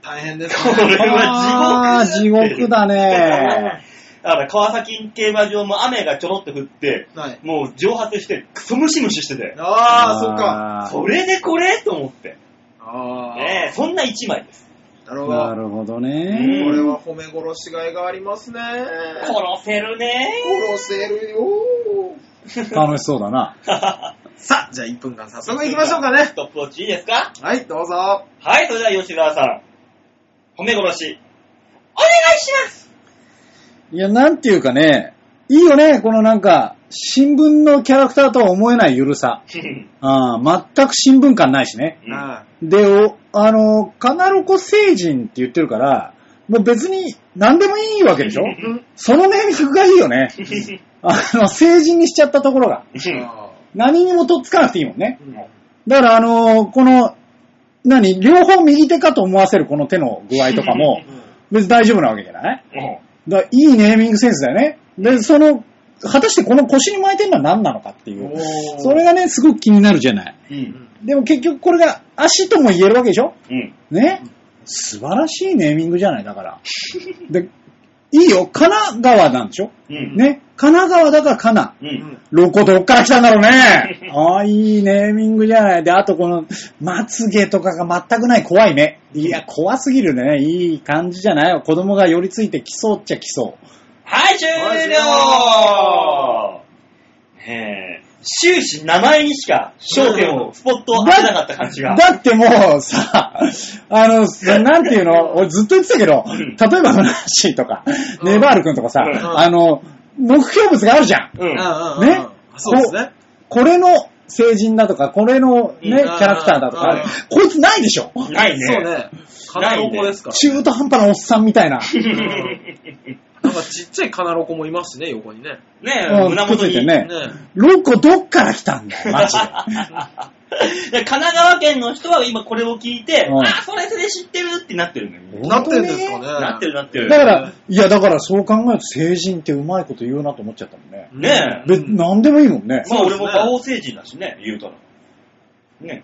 大変ですこね。 れは地獄だね。 だから川崎競馬場も雨がちょろっと降って、 はい、 もう蒸発してクソムシムシしてて。 ああ、そっか。 それでこれと思って。 ああ。そんな1枚です。 なるほどね。 これは褒め殺しがいがありますね。 殺せるね。 殺せるよ。 楽しそうだな。 さあ、じゃあ1分間早速行きましょうかね。 ストップウォッチいいですか？ はい、どうぞ。 はい、それでは吉沢さん。褒め殺し、お願いします。 いや、なんていうかね、いいよね、このなんか、新聞のキャラクターとは思えないゆるさ。全く新聞感ないしね。で、カナロコ星人って言ってるから、もう別に何でもいいわけでしょそのネーミングがいいよね。星人にしちゃったところが。何にもとっつかなくていいもんね。だからこの、両方右手かと思わせるこの手の具合とかも、別に大丈夫なわけじゃないだからいいネーミングセンスだよね。で、果たしてこの腰に巻いてるのは何なのかっていう。それがね、すごく気になるじゃない。でも結局これが足とも言えるわけでしょね。素晴らしいネーミングじゃないだから。で、いいよ、神奈川なんでしょね。神奈川だから神奈。ロコどっから来たんだろうね。いいネーミングじゃない。で、あとこの、まつげとかが全くない怖い目。いや、怖すぎるね。いい感じじゃない子供が寄りついてきそうっちゃきそう。 はい、終了。終始名前にしか焦点を、スポットを当てなかった感じが。 だってもうさ、なんていうの、俺ずっと言ってたけど、例えばフラッシーとか、ネバール君とかさ、目標物があるじゃん。ね。 そうですね。 これの成人だとか、これのね、キャラクターだとか、こいつないでしょないね。 そうね。カナロコですから。 中途半端なおっさんみたいな。 なんかちっちゃいカナロコもいますしね、横にね。 ねえ、胸元に。 ね。ロコどっから来たんだよ、マジで。神奈川県の人は今これを聞いて、それ知ってるってなってるのよ。 なってるんですかね。 なってる。 だからそう考えると成人ってうまいこと言うなと思っちゃったもんね。 ねえ。なんでもいいもんね。 まあ俺も馬王成人だしね、言うたら。ね。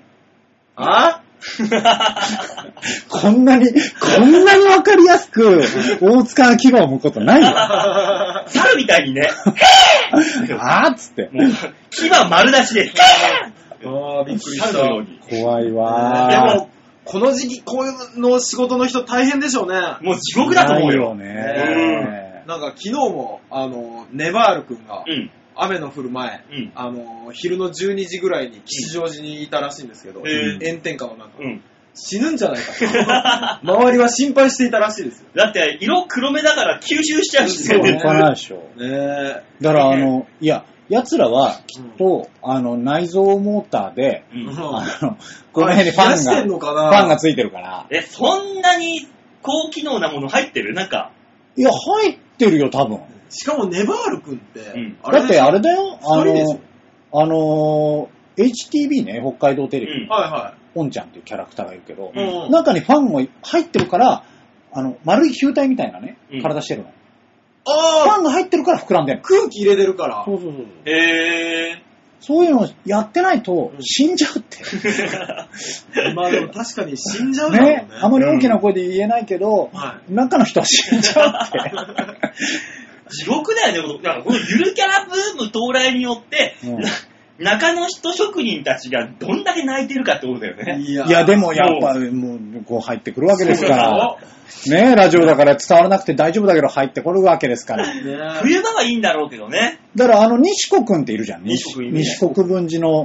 こんなにわかりやすく大塚が牙を剥くことないよ。 猿みたいにね。 っつって。 牙丸出しで。 びっくりした。 猿のように。 怖いわ。 でも、この時期、こういうの仕事の人大変でしょうね。 もう地獄だと思うよ。 なんか昨日も、ネバール君が、雨の降る前、昼の12時ぐらいに吉祥寺にいたらしいんですけど、炎天下の中、死ぬんじゃないかと。周りは心配していたらしいですよ。 だって色黒目だから吸収しちゃうしね。 わからないでしょ。だからいや、奴らはきっと、内蔵モーターで、この辺にファンがついてるから。 そんなに高機能なもの入ってる？なんか。 いや、入ってるよ、多分。 しかもネバール君って、 だってあれだよ、HTB ね、北海道テレビ。オンちゃんっていうキャラクターがいるけど、中にファンも入ってるから、丸い球体みたいなね、体してるの。ファンが入ってるから膨らんでる。 空気入れてるから。 そう。そういうのやってないと死んじゃうって。 まあでも確かに死んじゃうだろうね。 あまり大きな声で言えないけど、中の人は死んじゃうって。 地獄だよね。だからこのゆるキャラブーム到来によって、中の人職人たちがどんだけ泣いてるかってことだよね。 いやでもやっぱもうこう入ってくるわけですから。ね、ラジオだから伝わらなくて大丈夫だけど入ってこるわけですから。 冬場はいいんだろうけどね。 だから西子くんっているじゃん。西国分寺の。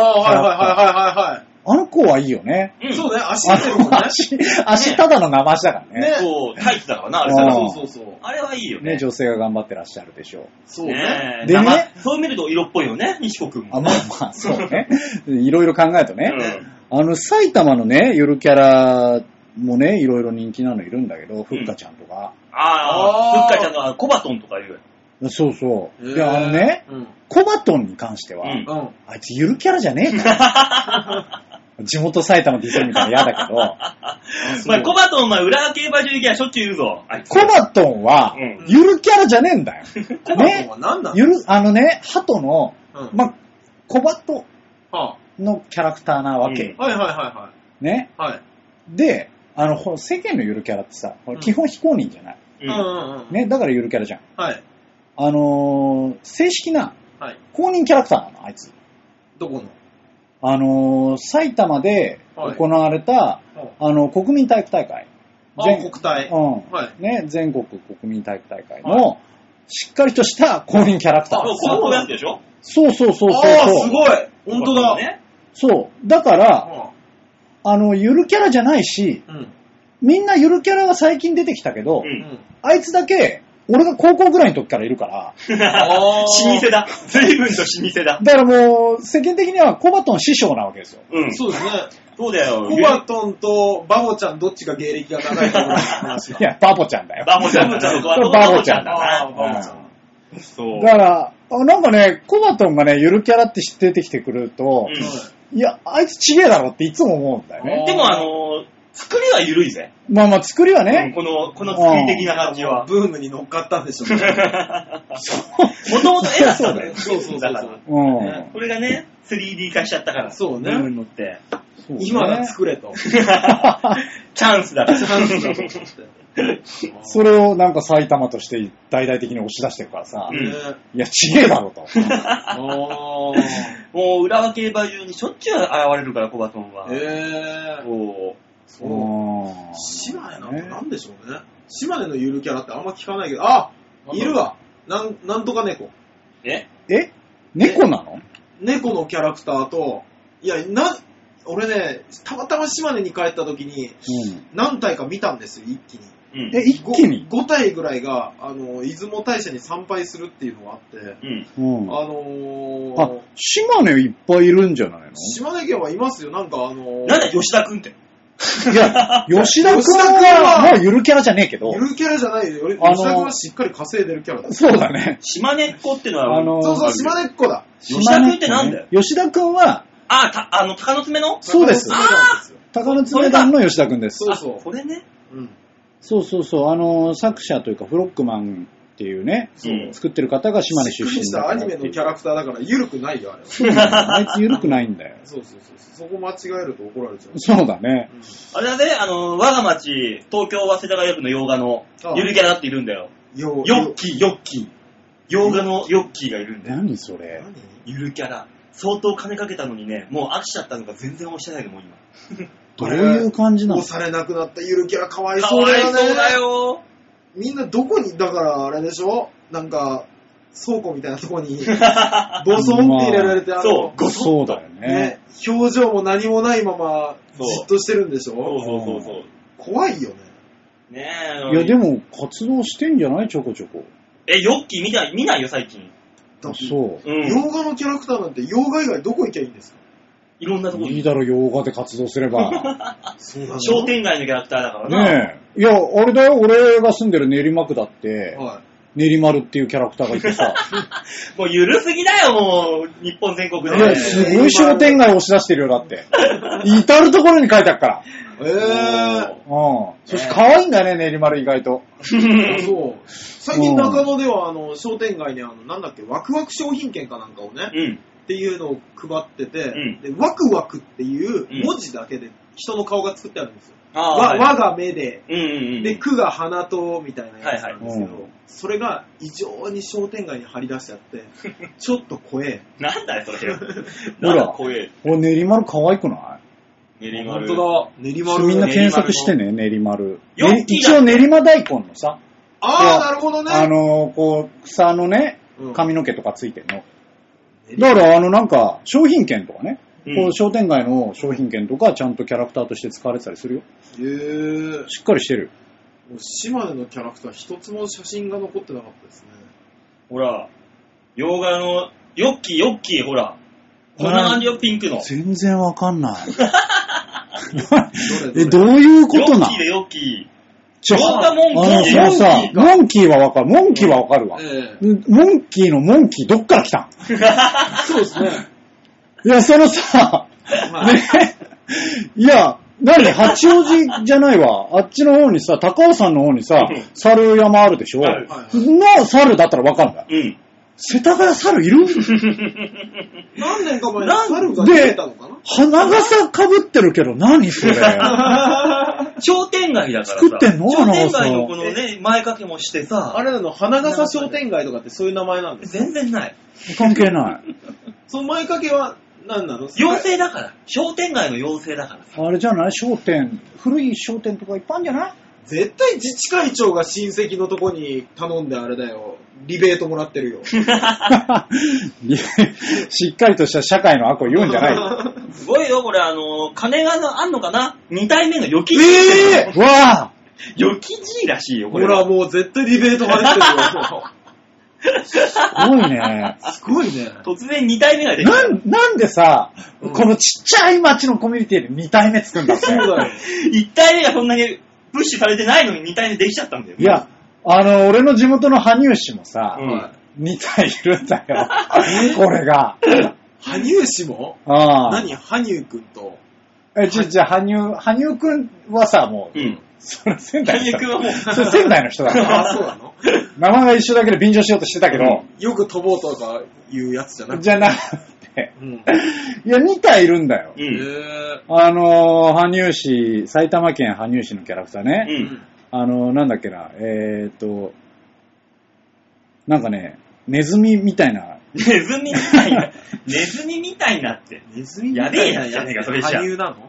あの子はいいよね。 そうね、足出てるもんね。 足ただの生足だからね。 そう、タイツだからな、あれそう。 あれはいいよね。 女性が頑張ってらっしゃるでしょう。 そうね。 でね。 そう見ると色っぽいよね、西子くんも。 まあ、そうね。いろいろ考えるとね。埼玉のね、ゆるキャラもね、いろいろ人気なのいるんだけど、ふっかちゃんとか。 ふっかちゃんのコバトンとかいる。 そうそう。で、コバトンに関しては、あいつゆるキャラじゃねえか。地元埼玉ディスるみたいな嫌だけど。 まあ、コバトンは裏競馬場行きゃしょっちゅういるぞ。 コバトンは、ゆるキャラじゃねえんだよ。 コバトンは何なの？ 鳩の、まあ、コバトのキャラクターなわけ。 ね。 で、 世間のゆるキャラってさ、基本非公認じゃない。ね、だからゆるキャラじゃん。 はい。 正式な公認キャラクターなの、あいつ。 どこの？ 埼玉で行われた、国民体育大会。 国体。 ね、全国国民体育大会の、しっかりとした公認キャラクター。 高校やつでしょ？ そう。 すごい。本当だ。 そう。だから、ゆるキャラじゃないし、みんなゆるキャラが最近出てきたけど、あいつだけ、俺が高校ぐらいの時からいるから。 老舗だ。随分と老舗だ。 だからもう、世間的にはコバトン師匠なわけですよ。 そうですね。 そうだよ。 コバトンとバボちゃんどっちが芸歴が長いかの話は。 いや、バボちゃんだよ。 バボちゃんだな。そう。だから、なんかね、コバトンがね、ゆるキャラって出てきてくると、いや、あいつちげえだろっていつも思うんだよね。 でも作りは緩いぜ。 まあ作りはね。 この作り的な感じは。 ブームに乗っかったんでしょうね。 もともと絵だったんだよ。 そう。 これがね、3D 化しちゃったから。 そうね。 ブームに乗って。 今が作れと。 チャンスだと。 それをなんか埼玉として大々的に押し出してるからさ。いや、ちげえだろと。 もう浦和競馬場にしょっちゅう現れるから、コバトンは。 そう。島根なんてなんでしょうね。島根のゆるキャラってあんま聞かないけど、いるわ。なんとか猫。 猫なの？ 猫のキャラクターと、いや、俺ね、たまたま島根に帰った時に、何体か見たんですよ、一気に。 一気に 5体ぐらいが、出雲大社に参拝するっていうのがあって、 島根いっぱいいるんじゃないの？ 島根県はいますよ、なんかなんだ吉田くんって。 いや、吉田くんはもうゆるキャラじゃねえけど。 ゆるキャラじゃないよ。吉田くんはしっかり稼いでるキャラだ。 そうだね。 島根っ子ってのは、 そう、島根っ子だ。 吉田くんってなんだよ。 吉田くんは、 鷹の爪の？ そうです。鷹の爪団の吉田くんです。 そう。 これね。 そう。作者というか、フロックマンっていうね、作ってる方が島根出身だから。 アニメのキャラクターだから緩くないよ、あれは。あいつ緩くないんだよ。 そう。そこ間違えると怒られちゃう。 そうだね。 あれだね、我が町、東京早稲田大学の洋画のゆるキャラっているんだよ。ヨッキー。洋画のヨッキーがいるんだよ。 何それ？ ゆるキャラ。相当金かけたのにね、もう飽きちゃったのか全然押してないけど、もう今。 どういう感じなの？ 押されなくなったゆるキャラかわいそうだよね。 かわいそうだよ。 みんなどこに、だからあれでしょ？なんか、倉庫みたいなとこに、ボソンって入れられて、 そうだよね。 表情も何もないまま、じっとしてるんでしょ？ そう。 怖いよね。 ねえ。いや、でも、活動してんじゃない？ちょこちょこ。 ヨッキー見ないよ、最近。 そう。 洋画のキャラクターなんて、洋画以外どこ行きゃいいんですか？ いろんなところに。 いいだろ、洋画で活動すれば。 商店街のキャラクターだからな。 ねえ。いや、あれだよ、俺が住んでる練馬区だって、練馬るっていうキャラクターがいてさ。 もうゆるすぎだよ、もう、日本全国で。 いや、すごい商店街押し出してるよ、だって。至るところに書いてあるから。そして可愛いんだよね、練馬る意外と。 そう。最近中野では、商店街になんだっけ、ワクワク商品券かなんかをね、っていうのを配ってて、でワクワクっていう文字だけで人の顔が作ってあるんですよ。和が目で、で、句が鼻とみたいなやつなんですけど、それが異常に商店街に張り出しちゃって、ちょっと怖え。 なんだよ、それ。 ほら、練馬る可愛くない？ 練馬る。 本当だ。練馬る。 みんな検索してね、練馬る。一応練馬大根のさ。 なるほどね。 こう、草のね、髪の毛とかついてるの。だからなんか、商品券とかね、こう商店街の商品券とかちゃんとキャラクターとして使われてたりするよ。しっかりしてるよ。島根のキャラクター一つも写真が残ってなかったですね。 ほら、洋画の、ヨッキー、ほら。こんな感じよ、ピンクの。 全然わかんない。どういうことなの？ ヨッキー。 モンキーはわかる。モンキーはわかるわ。モンキーのモンキーどっから来たん？ そうですね。 いや、そのさ、いや、八王子じゃないわ。あっちの方にさ、高尾山の方にさ、猿山あるでしょ？の猿だったらわかるんだ。世田谷猿いる？ 何年か前に猿が出てたのかな？ 花笠被ってるけど何それ？ 商店街だからさ。 作ってんの？ 商店街のこのね、前掛けもしてさ。 あれなの、花笠商店街とかってそういう名前なんですか？ 全然ない。 関係ない。 その前掛けは何なの？ 妖精だから。商店街の妖精だからさ。 あれじゃない？商店。古い商店とかいっぱいあるんじゃない？ 絶対自治会長が親戚のとこに頼んであれだよ。リベートもらってるよ。しっかりとした社会の悪を言うんじゃないよ。 すごいよ、これ金があんのかな？ 2 体目の予期じー。わぁ予期じらしいよ、これ。 ほら、もう絶対リベートが出てるよ。 すごいね。 すごいね。 突然2体目が出てる。 なんでさ、このちっちゃい町のコミュニティで2体目作るんだって。 そうだよ。 1体目がそんなにプッシュされてないのに2体目できちゃったんだよ。 いや、俺の地元の羽生市もさ、2体いるんだよ。これが。 羽生市も？何？羽生くんと。 じゃあ、羽生くんはさ、もう、それ仙台の人。 羽生くんはもう、 それ仙台の人だから。 あ、そうなの？ 名前が一緒だけで便乗しようとしてたけど。 よく飛ぼうとかいうやつじゃなくて。 じゃなくて。いや、2体いるんだよ。羽生市、埼玉県羽生市のキャラクターね。なんだっけな、なんかね、ネズミみたいな。 ネズミみたいな。ネズミみたいなって。 ネズミみたいなやべえやつじゃねえか、それじゃ。 羽生なの？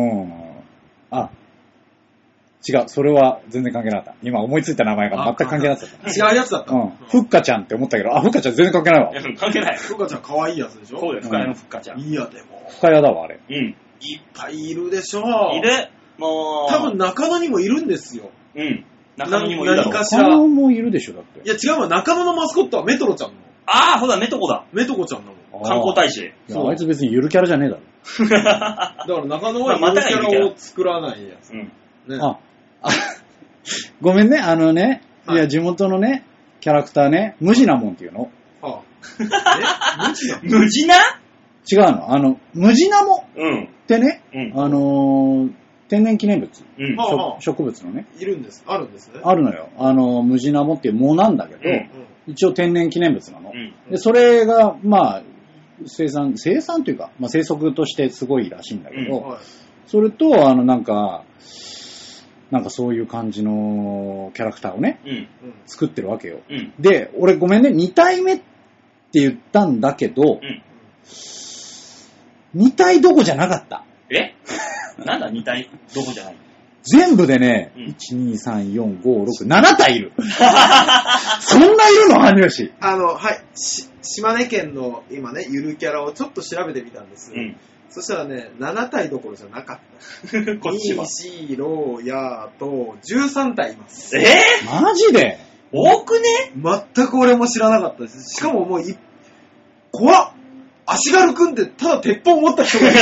違う、それは全然関係なかった。今思いついた名前が全く関係なかった。 違うやつだった。 ふっかちゃんって思ったけど、ふっかちゃん全然関係ないわ。 関係ない。 ふっかちゃん可愛いやつでしょ？ そうだよ、深谷のふっかちゃん。 いや、でも。 深谷だわ、あれ。 いっぱいいるでしょ。 いる。もう。 多分中野にもいるんですよ。 中野にもいるだろう。 中野もいるでしょ、だって。 いや、違うわ、中野のマスコットはメトロちゃんの。 ああ、そうだ、メトコだ。 メトコちゃんなの。 観光大使。 あいつ別にゆるキャラじゃねえだろ。 だから中野はゆるキャラを作らないやつ。 ごめんね、いや、地元のね、キャラクターね、ムジナモンっていうの。 ムジナ？ 違うの。ムジナモってね、天然記念物、植物のね。 いるんです。あるんですね。 あるのよ。ムジナモっていう藻なんだけど、一応天然記念物なの。で、それが、まあ、生産というか、まあ、生息としてすごいらしいんだけど、それと、なんかそういう感じのキャラクターをね、作ってるわけよ。で、俺ごめんね、2体目って言ったんだけど、2体どこじゃなかった。 なんだ2体どこじゃない？ 全部でね、1、2、3、4、5、6、7体いる。そんないるの？羽生市。 はい。島根県の今ね、ゆるキャラをちょっと調べてみたんです。そしたらね、7体どころじゃなかった。 こっちは。 シーローヤーと13体います。 マジで？ 多くね？ 全く俺も知らなかったです。しかももう怖っ！足軽くんってただ鉄砲持った人がいる。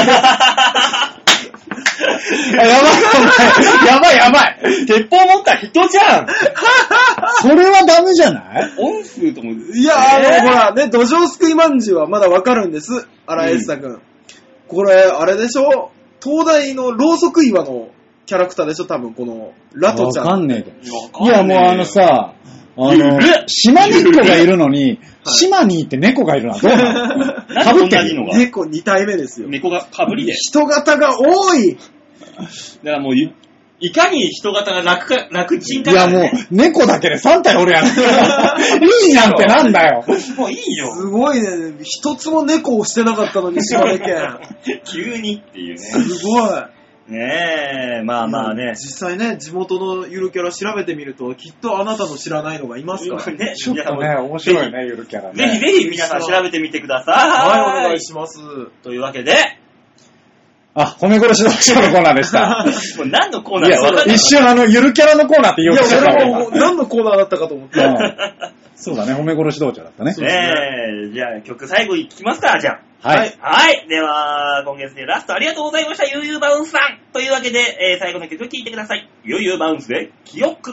やばい。 鉄砲持った人じゃん。 それはダメじゃない？ 音数とも。 いや、ほらね、土壌すくいまんじゅうはまだわかるんです。荒井エスタ君。これ、あれでしょ？東大のろうそく岩のキャラクターでしょ？多分、この、ラトちゃん。 わかんねえけど。いや、もうさ、島猫がいるのに、島にって猫がいるのはどうなの？かぶってるのが。猫2体目ですよ。 猫がかぶりで。 人型が多い。 だからもう、いかに人型が楽ちんか。 いやもう、猫だけで3体おるやん。いいなんてなんだよ。 もういいよ。 すごいね。一つも猫をしてなかったのに、島根県。 急にっていうね。 すごい。 ねえ、まあね。 実際ね、地元のゆるキャラ調べてみると、きっとあなたの知らないのがいますからね。ちょっとね、面白いね、ゆるキャラね。 ぜひ皆さん調べてみてください。 はい、お願いします。 というわけで、 褒め殺し道場のコーナーでした。 もう何のコーナーか分かんない。 一瞬ゆるキャラのコーナーって言おうとしたから。いや、俺も何のコーナーだったかと思って。 そうだね、褒め殺し道場だったね。 じゃあ曲最後いきますか、じゃあ。 はい。 はい。では、今月でラストありがとうございました、ゆうゆうバウンスさん。というわけで、最後の曲聴いてください。ゆうゆうバウンスで、記憶。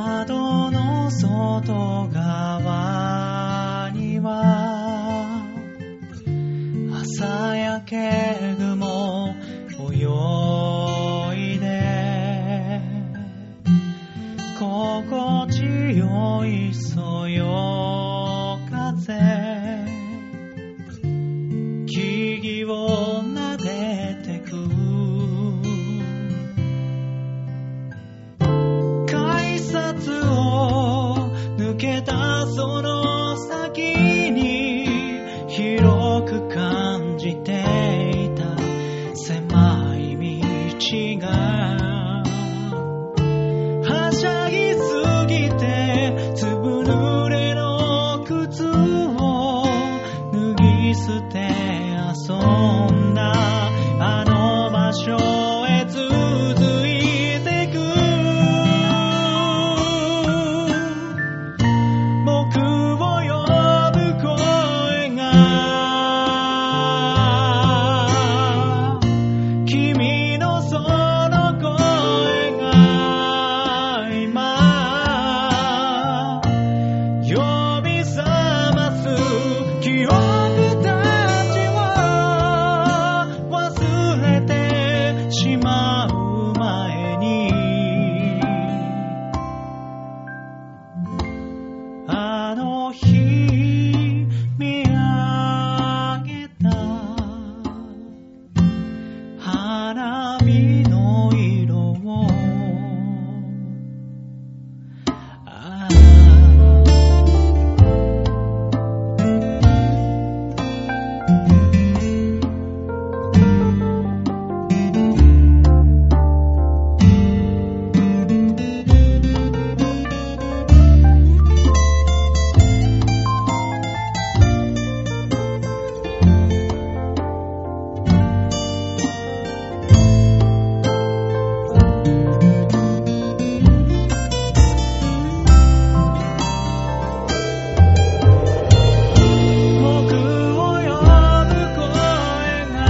窓の外側にはけ雲泳いで心地よいそよ風木々を撫でてく改札を抜けたその先に広く感じていた狭い道がはしゃぎすぎて粒濡れの靴を脱ぎ捨て遊んだあの場所へ続いてく僕を呼ぶ声が君のその声が今呼び覚ます記憶たちを忘れてしまう前にあの日見上げた花火の色をああ僕を呼ぶ声が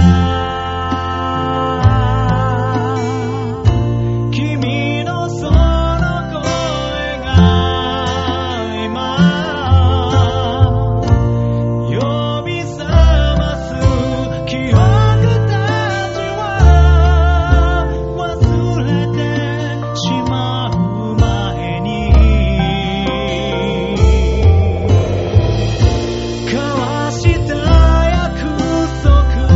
君のその声が今呼び覚ます記憶たちは忘れてしまう前に交わした約束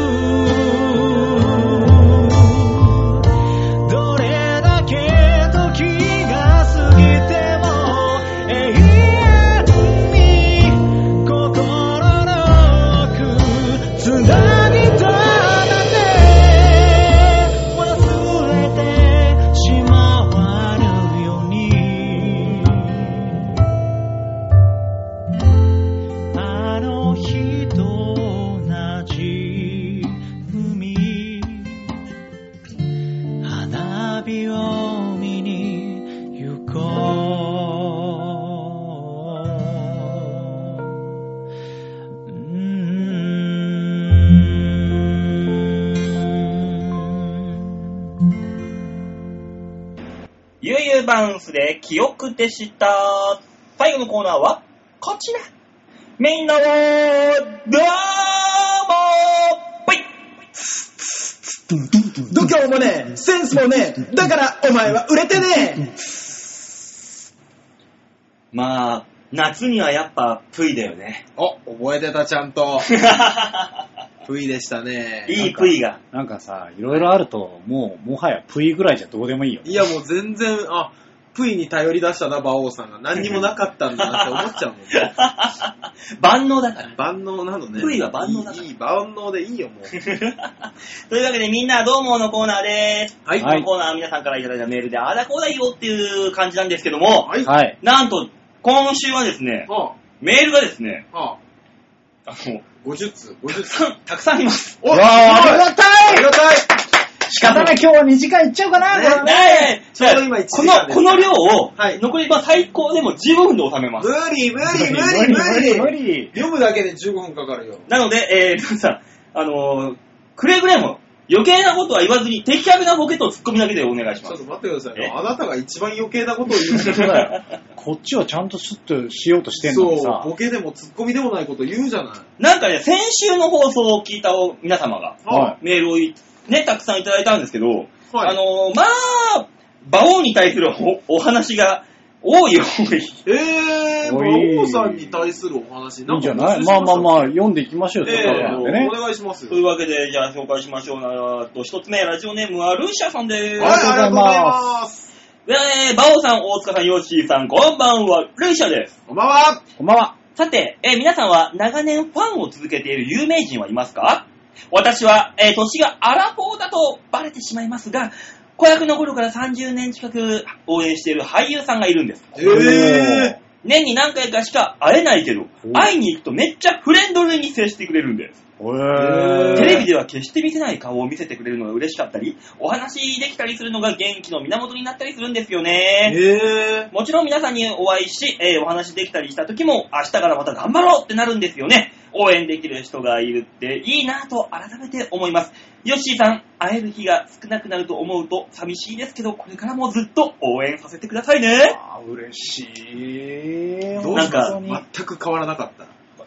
どれだけ時が過ぎても永遠に心の奥つなぎ止めて忘れてしまわぬようにあの日と同じ海花火を見に行こゆうゆうバウンスで記憶でした。最後のコーナーはこちら。みんなをどうもぽい。 度胸もねえ、センスもねえ、だからお前は売れてねまあ、夏にはやっぱプイだよね。 え。お、覚えてたちゃんと。プイでしたね。 いいプイが。 なんかさ、いろいろあると、もはやプイぐらいじゃどうでもいいよ。 いやもう全然、あ、プイに頼り出したな、馬王さんが。何にもなかったんだなって思っちゃうもんね。 万能だから。 万能なのね。 プイは万能だから。 いい、万能でいいよ、もう。 というわけでみんなどうものコーナーでーす。 はい。 このコーナーは皆さんからいただいたメールであだこうだいよっていう感じなんですけども、 はい。 はい。 なんと今週はですね、 はメールがですね、 あ、はあ、50通、50通。 たくさんあります。 お、 わーありがたいありがたい仕方ない、今日は2時間いっちゃうかな、 ねこれねえ、 ちょうど今1時間ですこの量を、 はい残り最高でも15分で収めます。 無理、無理、無理、 無理無理。 無理。 読むだけで15分かかるよ。 なので、皆さん、くれぐれも、 余計なことは言わずに、的確なボケとツッコミだけでお願いします。 ちょっと待ってくださいよ。あなたが一番余計なことを言う人だよ。こっちはちゃんとスッとしようとしてんのにさ。 そう、ボケでもツッコミでもないこと言うじゃない。 なんかね、先週の放送を聞いた皆様が、メールをね、たくさんいただいたんですけど、はい、まあ、馬王に対するお話が多い。 馬王さんに対するお話いいんじゃない？まあ、読んでいきましょうよ、 お願いします。 というわけで、じゃあ紹介しましょう。一つ目、ラジオネームはルーシャさんです。 はい、ありがとうございます。 馬王さん、大塚さん、ヨッシーさん、こんばんは、ルーシャです。 こんばんは。 こんばんは。 さて、皆さんは長年ファンを続けている有名人はいますか？私は、年がアラフォーだとバレてしまいますが、子役の頃から30年近く応援している俳優さんがいるんです。年に何回かしか会えないけど、会いに行くとめっちゃフレンドリーに接してくれるんです。テレビでは決して見せない顔を見せてくれるのが嬉しかったり、お話できたりするのが元気の源になったりするんですよね。もちろん皆さんにお会いし、お話できたりした時も、明日からまた頑張ろうってなるんですよね。応援できる人がいるっていいなぁと改めて思います。ヨッシーさん、会える日が少なくなると思うと寂しいですけど、これからもずっと応援させてくださいね。 嬉しい。 なんか、全く変わらなかった。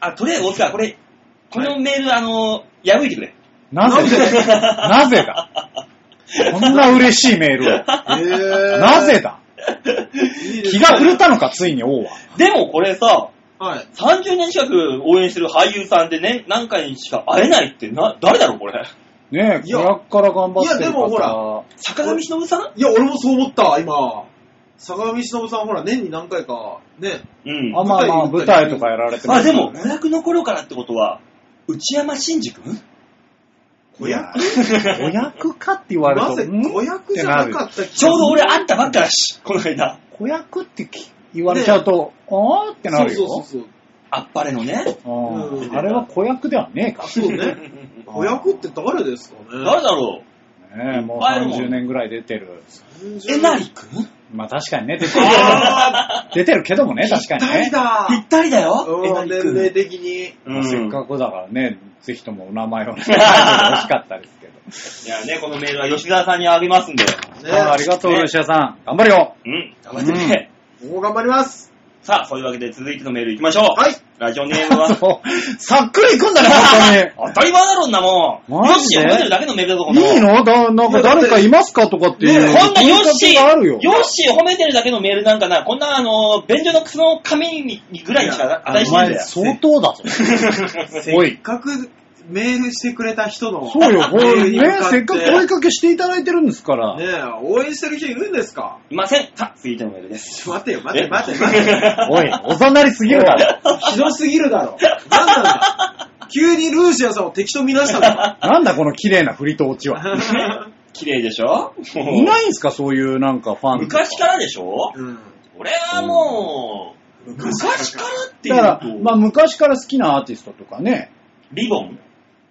とりあえず、大塚、このメール、破いてくれ。 なぜだこんな嬉しいメールを。なぜだ気が狂ったのか、ついに王は。 でもこれさ、 はい、 30年近く応援してる俳優さんでね、何回にしか会えないって誰だろうこれ。 ねえ、子役から頑張ってる方。 いや、でもほら、 坂上忍さん？ いや、俺もそう思った、今。坂上忍さん、ほら、年に何回か、ね。 まあ、舞台とかやられてます、 ね。でも、子役の頃からってことは、内山真司君？ 子役子役かって言われると。 なぜ子役じゃなかったっけ？ ちょうど俺会ったばっかだし、この間。 子役って言われちゃうと、あーってなるよ。 そう。あっぱれのね。 あれは子役ではねえか。 そうね。子役って誰ですかね？ 誰だろう？ねえ、もう30年ぐらい出てる。 えなりくん？ まあ確かにね、出てる。出てるけどもね、確かにね。 ぴったりだよ。 年齢的に。 せっかくだからね、ぜひともお名前をね、書いてほしかったですけど。 いやね、このメールは吉沢さんにあげますんで。 ありがとう、吉田さん。頑張るよ。 頑張ってね。 もう頑張ります。 さあ、そういうわけで続いてのメールいきましょう。 はい。 ラジオネームは。 さっくりいくんだね、本当に。当たり前だろんなもん。ヨッシー褒めてるだけのメールだぞ、この。 いいのなんか誰かいますかとかっていう。 こんなヨッシー褒めてるだけのメールなんかな、こんな便所のクソの紙にぐらいしか値してないんだよ。 相当だぞ。 せっかくメールしてくれた人の。 そうよ、ね、せっかく声かけしていただいてるんですから。 ねえ、応援してる人いるんですか？ いません。さあ、続いてのメールです。 待てよ。おい、 おざなりすぎるだろ。 ひどすぎるだろ。なんなんだ。急にルーシアさんを敵と見なしたのか。 なんだこの綺麗な振りとオチは。 綺麗でしょ？ いないんすかそういうなんかファン。 昔からでしょ？俺はもう、昔からっていうと。 だから、まあ昔から好きなアーティストとかね。 リボン？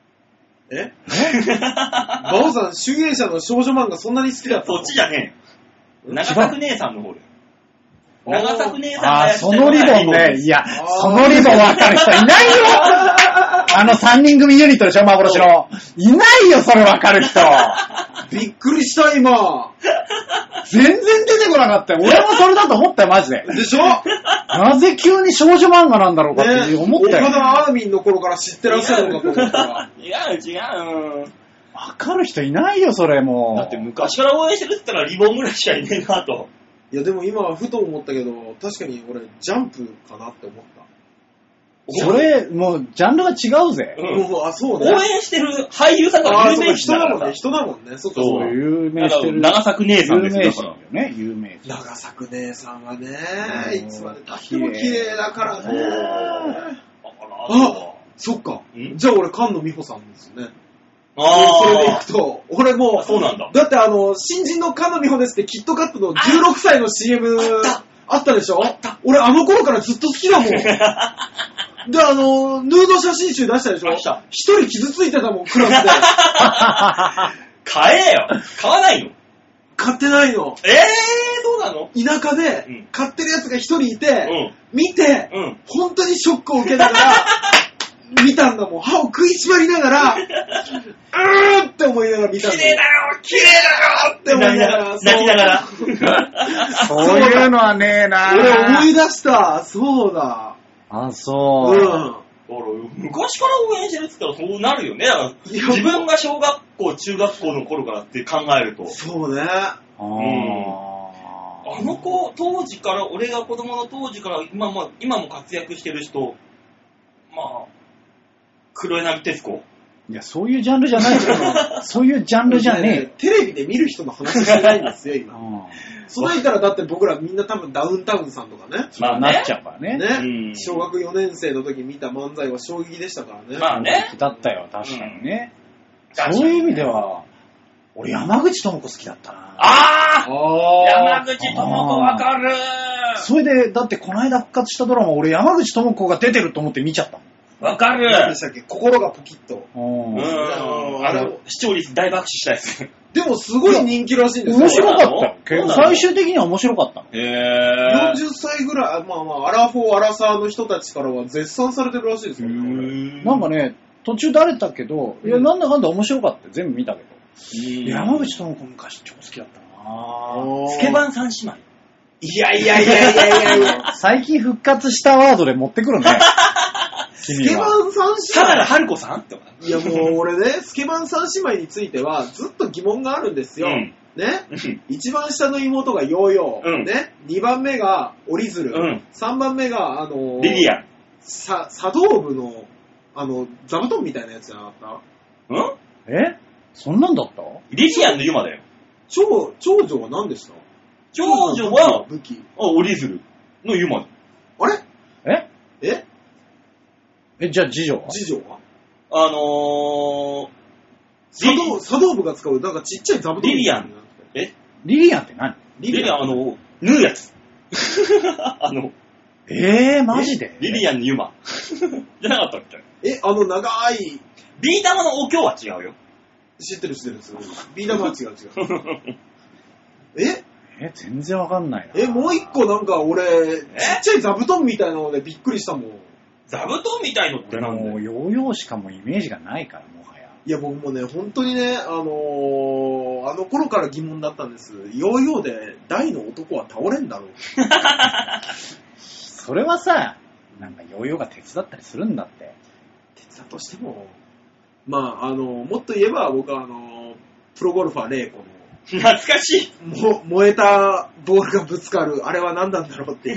バオさん、集英社の少女漫画そんなに好きだったの？ そっちじゃねえ。長作姉さんの方で。長作姉さんがやってそのリボンね。いや、そのリボンわかる人いないよ3人組ユニットでしょ、幻の。いないよ、それわかる人。 びっくりした、今。 全然出てこなかったよ。俺もそれだと思ったよ、マジで。 でしょ？ なぜ急に少女漫画なんだろうかって思ったよ。 岡田アーミンの頃から知ってらっしゃるのかと思ったら。 違う。 わかる人いないよ、それもう。 だって昔から応援してるって言ったらリボンぐらいしかいねえなと。 いや、でも今、ふと思ったけど、確かに俺、ジャンプかなって思った。 それ、もう、ジャンルが違うぜ。 そうね。 応援してる俳優さんが有名人だから。 人だもんね。そう 、有名してる。 長作姉さんですよね。有名人。 長作姉さんはね、いつまで経っても綺麗だからね。あ、そっか。じゃあ俺、菅野美穂さんですよね。それでいくと、俺も、 そうなんだ。 だって新人の菅野美穂ですって、キットカットの16歳の CM あったでしょ？俺、あの頃からずっと好きだもん。で、ヌード写真集出したでしょ？一人傷ついてたもん、クラスで。 買えよ。買わないの？ 買ってないの。 そうなの？ 田舎で、買ってるやつが一人いて、見て、本当にショックを受けながら、 見たんだもん。歯を食いしばりながら、って思いながら見たんだ綺麗だよ綺麗だよって思いながら。 泣きながら。 そういうのはねえな。 俺思い出した。そうだ。 あ、そう。 うん。 昔から応援してるって言ったらそうなるよね。だから自分が小学校、中学校の頃からって考えると。 そうね。 あの子、当時から、俺が子供の当時から今も活躍してる人、まあ、黒柳徹子。 いや、そういうジャンルじゃないそういうジャンルじゃねえ。 テレビで見る人の話してないんですよ、今。そうなったらだって僕らみんな多分ダウンタウンさんとかね。 まあなっちゃうからね。 ね。小学4年生の時見た漫才は衝撃でしたからね。 まあね。 だったよ、確かにね。そういう意味では、俺山口智子好きだったな。 山口智子わかる。 それで、だってこの間復活したドラマ、俺山口智子が出てると思って見ちゃったもん。 わかる。 何でしたっけ？心がポキッと。 視聴率大爆笑したやつ。 でもすごい人気らしいんですよ。 面白かったよ。最終的には面白かったの。 40歳ぐらい、まあ、アラフォー、アラサーの人たちからは絶賛されてるらしいですよね。 なんかね、途中だれたけど、いや、なんだかんだ面白かったよ。全部見たけど。山口智子昔超好きだったな。 スケバン三姉妹。 いや。 最近復活したワードで持ってくるね。 スケバン三姉妹。 相良春子さんっていやもう俺ね、スケバン三姉妹についてはずっと疑問があるんですよ。ね。一番下の妹がヨーヨー。ね。2番目が折り鶴。3番目がリリアン。 茶道部の座布団みたいなやつじゃなかった？ え？そんなんだった？ リリアンのユマだよ。 長女は何でした？ 長女は武器。 折り鶴のユマ。 あれ？ じゃあ次女は？ 次女は茶道部が使う、なんかちっちゃい座布団。 リリアン。 リリアンって何？ リリアン、縫うやつ。 マジで？ リリアンのユマ。じゃなかったっけ？ 長い。 ビー玉のお経は違うよ。 知ってる。ビー玉は違う。 全然わかんないな。 もう一個なんか俺、ちっちゃい座布団みたいなのでびっくりしたもん。 座布団みたいのってなんだよ。 もうヨーヨーしかもイメージがないから、もはや。 いや、僕もね、本当にね、あの頃から疑問だったんです。ヨーヨーで大の男は倒れんだろう。 それはさ、なんかヨーヨーが手伝ったりするんだって。 手伝としても、まあ、もっと言えば僕はプロゴルファーレイコの、 懐かしい。 燃えたボールがぶつかる、あれは何なんだろうっていう。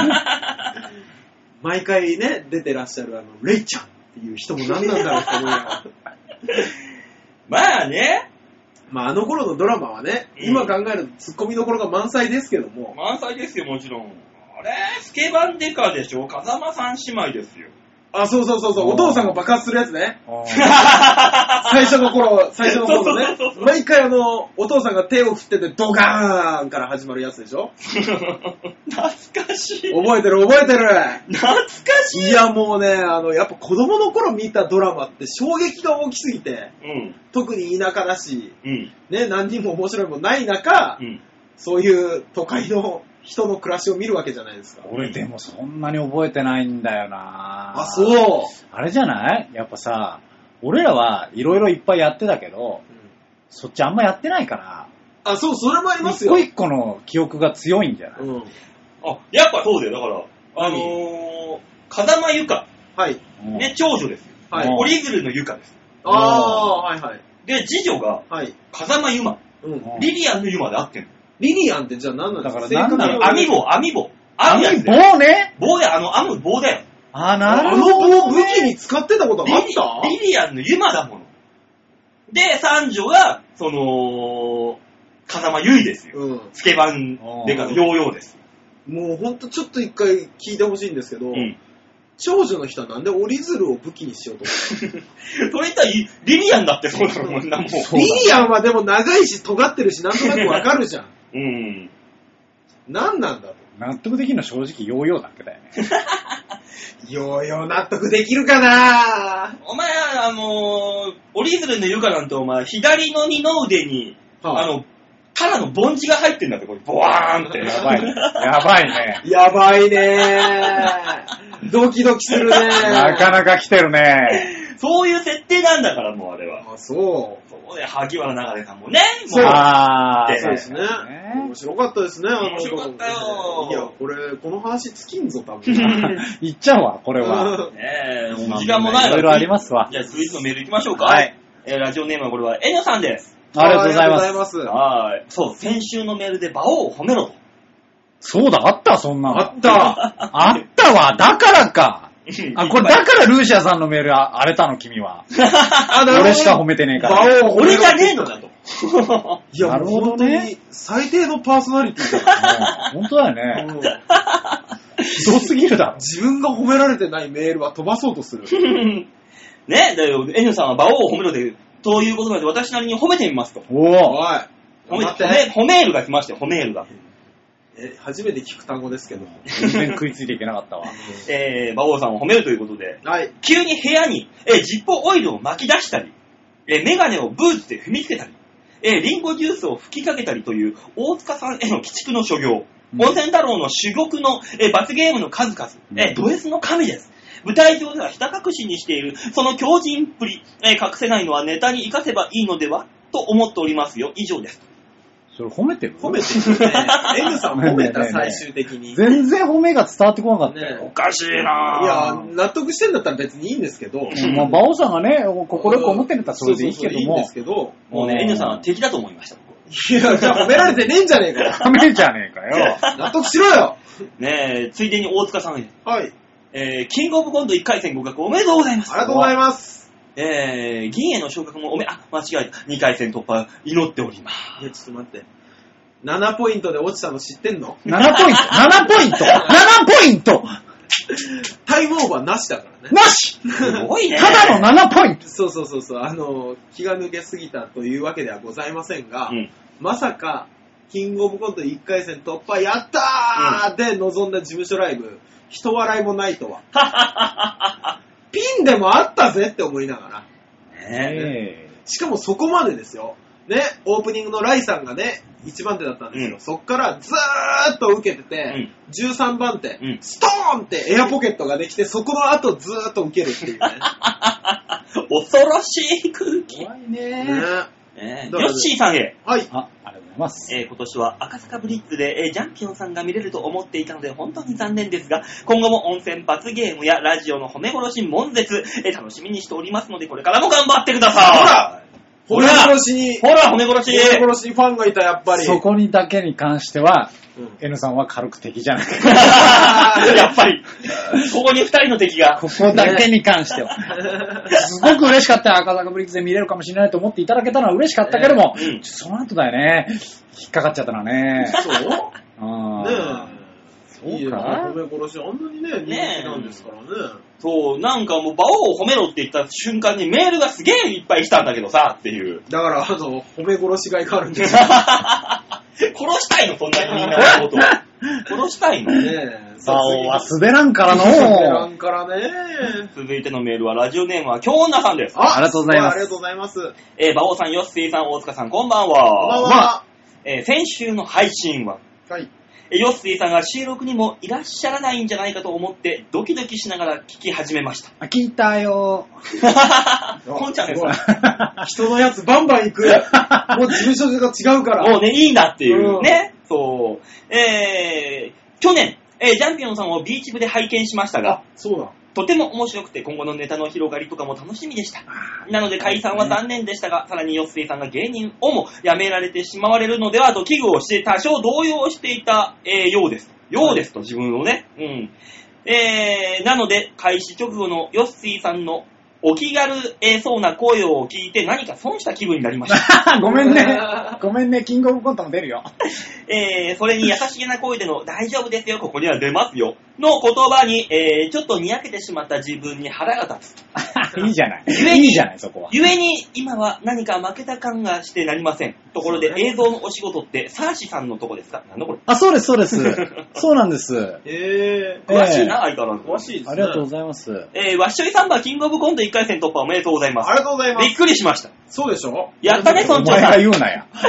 毎回ね、出てらっしゃるレイちゃんっていう人も何なんだろうって思いながら。 まあね。 まああの頃のドラマはね、今考えるとツッコミどころが満載ですけども。 満載ですよ、もちろん。あれスケバンデカでしょ？風間三姉妹ですよ。 あ、そう。お父さんが爆発するやつね。最初の頃ね。毎回お父さんが手を振っててドガーンから始まるやつでしょ？ 懐かしい。 覚えてる。 懐かしい。 いやもうね、やっぱ子供の頃見たドラマって衝撃が大きすぎて、特に田舎だし、ね、何人も面白いもんない中、そういう都会の人の暮らしを見るわけじゃないですか。 俺でもそんなに覚えてないんだよな。 あ、そう。 あれじゃない？やっぱさ、俺らはいろいろいっぱいやってたけど、そっちあんまやってないから。 あ、そう、それもありますよ。 一個一個の記憶が強いんじゃない？ あ、やっぱそうだよ。だから、風間由香。 はい。 ね、長女ですよ。 はい。 折り鶴の由香です。 はい。 で、次女が、風間由真。リリアンの由真で合ってんの。 リリアンってじゃあ何なんですか？だから何なの？網棒。 棒ね。 棒で、編む棒だよ。 なるほど、ね。 武器に使ってたことあった？ リリアンの由真だもの。で、三女が、風間由衣ですよ。スケバンデカのヨーヨーです。 もうほんとちょっと一回聞いてほしいんですけど、長女の人はなんで折り鶴を武器にしようと思ったそれ言ったらリリアンだってそうだろ、もんなもん。 リリアンはでも長いし尖ってるしなんとなくわかるじゃん。何なんだと。 納得できるのは正直ヨーヨーだけだよね。 ヨーヨー納得できるかな？ お前、折り鶴の由香なんてお前、左の二の腕に、タらの盆地が入ってんだって、これ、ボワーンって。 やばいね。やばいね。 やばいねー。ドキドキするねー。 なかなか来てるね。 そういう設定なんだから、もうあれは。 あ、そう。 そうで、萩原流れさんもね。 そう。 そうですね。面白かったですね。 面白かったよ。 いや、この話尽きんぞ、多分。 言っちゃうわ、これは。 ねえ、時間もないから。 いろいろありますわ。 じゃあ、続いてのメール行きましょうか。 はい。 ラジオネームはこれは、エニョさんです。 ありがとうございます。 はい。そう、先週のメールで馬王を褒めろと。そうだ、あったそんなの。 あったあったわ、だからか。あ、これだからルーシアさんのメール荒れたの、君は。俺しか褒めてねえから。 俺じゃねえのだと。 いや、なるほどね。最低のパーソナリティだ。本当だよね。ひどすぎるだろ。 自分が褒められてないメールは飛ばそうとする。 ね、だよ、エニョさんは馬王を褒めろで、ということで私なりに褒めてみますと。 おー。 褒めールが来ましたよ、褒めールが。 初めて聞く単語ですけど。 全然食いついていけなかったわ。 馬王さんを褒めるということで、 はい、 急に部屋に、ジッポーオイルを巻き出したり、メガネをブーツで踏みつけたり、リンゴジュースを吹きかけたりという大塚さんへの鬼畜の所業、温泉太郎の珠玉の、罰ゲームの数々、ド S の神です。舞台上ではひた隠しにしているその強靭っぷり、隠せないのはネタに活かせばいいのではと思っておりますよ。以上です。 それ褒めてる？ 褒めてるね。N さん褒めた、最終的に。 全然褒めが伝わってこなかったよ。 おかしいなぁ。 いや、納得してんだったら別にいいんですけど。 まあ、馬王さんがね、心よく思ってるんだったらそれでいいけども。 いいんですけど。 もうね、N さんは敵だと思いました。 いや、じゃあ褒められてねえんじゃねえかよ。 褒めじゃねえかよ。 納得しろよ。 ねえ、ついでに大塚さんへ。 はい。 キングオブコント1回戦合格おめでとうございます。 ありがとうございます。 銀への昇格も間違えた。2回戦突破祈っております。 いや、ちょっと待って。7ポイントで落ちたの知ってんの？ 7ポイント !7 ポイント !7 ポイントタイムオーバーなしだからね。 なしすごいね。 ただの7ポイント。 そう。気が抜けすぎたというわけではございませんが、まさか、キングオブコント1回戦突破やったーで臨んだ事務所ライブ、人笑いもないとは。ピンでもあったぜって思いながら。しかもそこまでですよ。ね、オープニングのライさんがね、1番手だったんですよ。そっからずーっと受けてて、13番手、ストーンってエアポケットができて、そこの後ずーっと受けるっていうね。 恐ろしい空気。 怖いねヨッシーさんへ。 はい。ありがとうございます。 今年は赤坂ブリッツで、ジャンピオンさんが見れると思っていたので本当に残念ですが、今後も温泉罰ゲームやラジオの褒め殺し悶絶、楽しみにしておりますので、これからも頑張ってください。 褒め殺しに、 ほら、褒め殺し。 褒め殺しにファンがいた、やっぱり。 そこにだけに関しては、N さんは軽く敵じゃないか。 やっぱり。ここに2人の敵が。 ここだけに関しては。すごく嬉しかったよ。赤坂ブリッツで見れるかもしれないと思っていただけたのは嬉しかったけども、その後だよね。引っかかっちゃったのはね。 そうねえ。そうか褒め殺しあんなにね、人気なんですからね。 そう、なんかもう、馬王を褒めろって言った瞬間にメールがすげえいっぱい来たんだけどさ、っていう。 だから、褒め殺しがいがあるんですよ。 殺したいの、そんなにみんなのこと。殺したいのねえ。馬王は滑らんからの。 滑らんからね。 続いてのメールは、ラジオネームは京女さんです。 ありがとうございます。 ありがとうございます。 馬王さん、ヨッシーさん、大塚さん、こんばんは。 こんばんは。 先週の配信は、 はい。 ヨッシーさんが収録にもいらっしゃらないんじゃないかと思ってドキドキしながら聞き始めました。 聞いたよ。 こんちゃんです。 人のやつバンバン行く。もう事務所が違うから。 もうね、いいんだっていうね。そう。去年、ジャンピオンさんをビーチ部で拝見しましたが、 そうだ。 とても面白くて今後のネタの広がりとかも楽しみでした。なので解散は残念でしたが、さらにヨッスイさんが芸人をも辞められてしまわれるのではと危惧をして多少動揺していた、ようです。ようですと自分をね。なので開始直後のヨッスイさんのお気軽そうな声を聞いて何か損した気分になりました。 ごめんね。ごめんね。キングオブコントも出るよ。 それに優しげな声での大丈夫ですよ、ここには出ますよの言葉に、ちょっとにやけてしまった自分に腹が立つ。 いいじゃない。いいじゃない、そこは。 ゆえに今は何か負けた感がしてなりません。ところで映像のお仕事ってサーシさんのとこですか？なんだこれ。 あ、そうです、そうです。そうなんです。 詳しいな、相変わらず。 詳しいですね。 ありがとうございます。 わっしょいサンバキングオブコント1回戦突破おめでとうございます。 ありがとうございます。 びっくりしました。 そうでしょ？ やったね、村長さん。 お前が言うなや。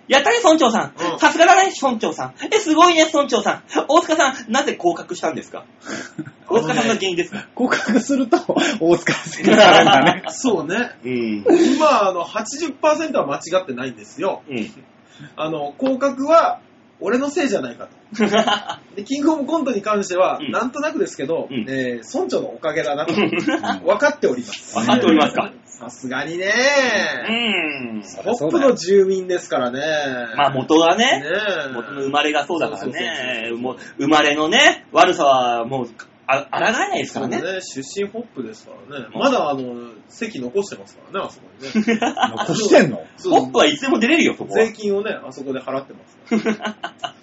やったね、村長さん。さすがだね、村長さん。すごいね、村長さん。大塚さん、なぜ降格したんですか？大塚さんが原因ですか？ 降格すると、大塚さんにされるんだね。 そうね。今、80% は間違ってないんですよ。降格は、俺のせいじゃないかと。でキングオブコントに関しては、なんとなくですけど、村長のおかげだなと。分かっております。 分かっておりますか？ さすがにね。トップの住民ですからね。 まあ元がね、元の生まれがそうだからね。生まれのね、悪さはもう、抗えないですからね。 そうね、出身ホップですからね。まだ席残してますからね、あそこにね。 残してんの？ ホップはいつでも出れるよ、そこは。 税金をね、あそこで払ってますから。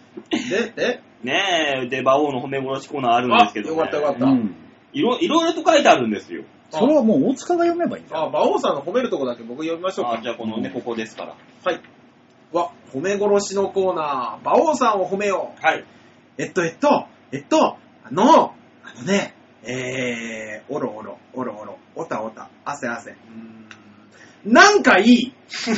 で、馬王の褒め殺しコーナーあるんですけど、ね。 よかったよかった。 いろいろと書いてあるんですよ。 それはもう大塚が読めばいいんだ。 馬王さんの褒めるとこだけ僕読みましょうか。 じゃあこのね、ここですから。 はい。褒め殺しのコーナー、馬王さんを褒めよう。 はい。 おろおろ、おたおた、汗汗。なんかいい。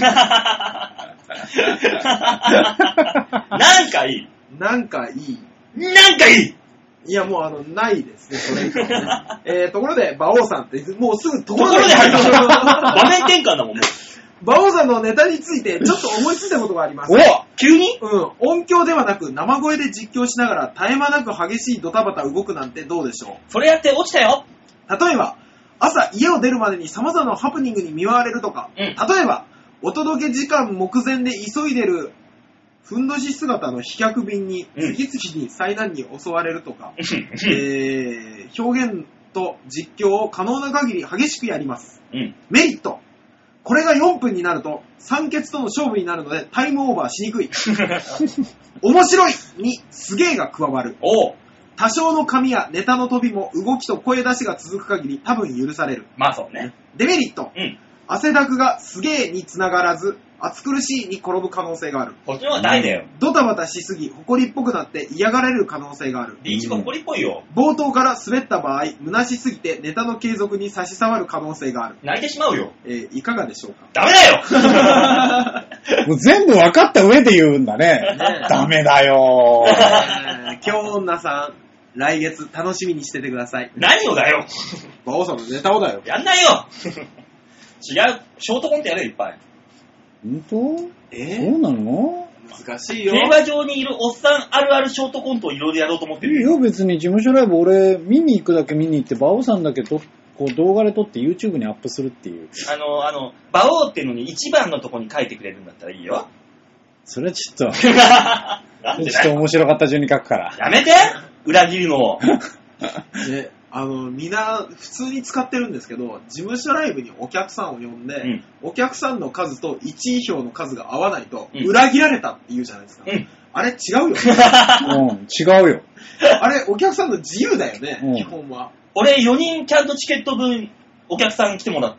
なんかいい。 なんかいい。 なんかいい。 いや、もうないですね、それ以降ね。ところで、馬王さんって、もうすぐところで入った。場面転換だもん、もう。 馬王さんのネタについて、ちょっと思いついたことがあります。 急に？ 音響ではなく、生声で実況しながら、絶え間なく激しいドタバタ動くなんてどうでしょう？ それやって落ちたよ。 例えば、朝家を出るまでに様々なハプニングに見舞われるとか、例えば、お届け時間目前で急いでる、ふんどし姿の飛脚便に次々に災難に襲われるとか、表現と実況を可能な限り激しくやります。メリット。これが4分になると酸欠との勝負になるのでタイムオーバーしにくい。面白いにすげーが加わる。多少の髪やネタの飛びも動きと声出しが続く限り多分許される。 まあそうね。 デメリット。汗だくがすげーにつながらず、暑苦しいに転ぶ可能性がある。 こっちの方が大だよ。 ドタバタしすぎ、埃っぽくなって嫌がられる可能性がある。 リーチが埃っぽいよ。 冒頭から滑った場合、虚しすぎてネタの継続に差し障る可能性がある。 泣いてしまうよ。 いかがでしょうか？ ダメだよもう全部分かった上で言うんだね。ダメだよ今日女さん、来月楽しみにしててください。 何をだよ。 馬王さんのネタをだよ。 やんないよ。違う。ショートコントやれよ、いっぱい。 本当？そうなの？ 難しいよ。 競馬場にいるおっさんあるあるショートコントをいろいろやろうと思ってる。 いいよ、別に事務所ライブ俺見に行くだけ見に行って、馬王さんだけこう動画で撮って YouTube にアップするっていう。 馬王っていうのに一番のとこに書いてくれるんだったらいいよ。 それはちょっと、ちょっと面白かった順に書くから。 やめて裏切るのを。 みんな普通に使ってるんですけど、事務所ライブにお客さんを呼んで、お客さんの数と1位票の数が合わないと、裏切られたって言うじゃないですか。あれ違うよね。 違うよ。 あれお客さんの自由だよね、基本は。 俺4人ちゃんとチケット分お客さん来てもらって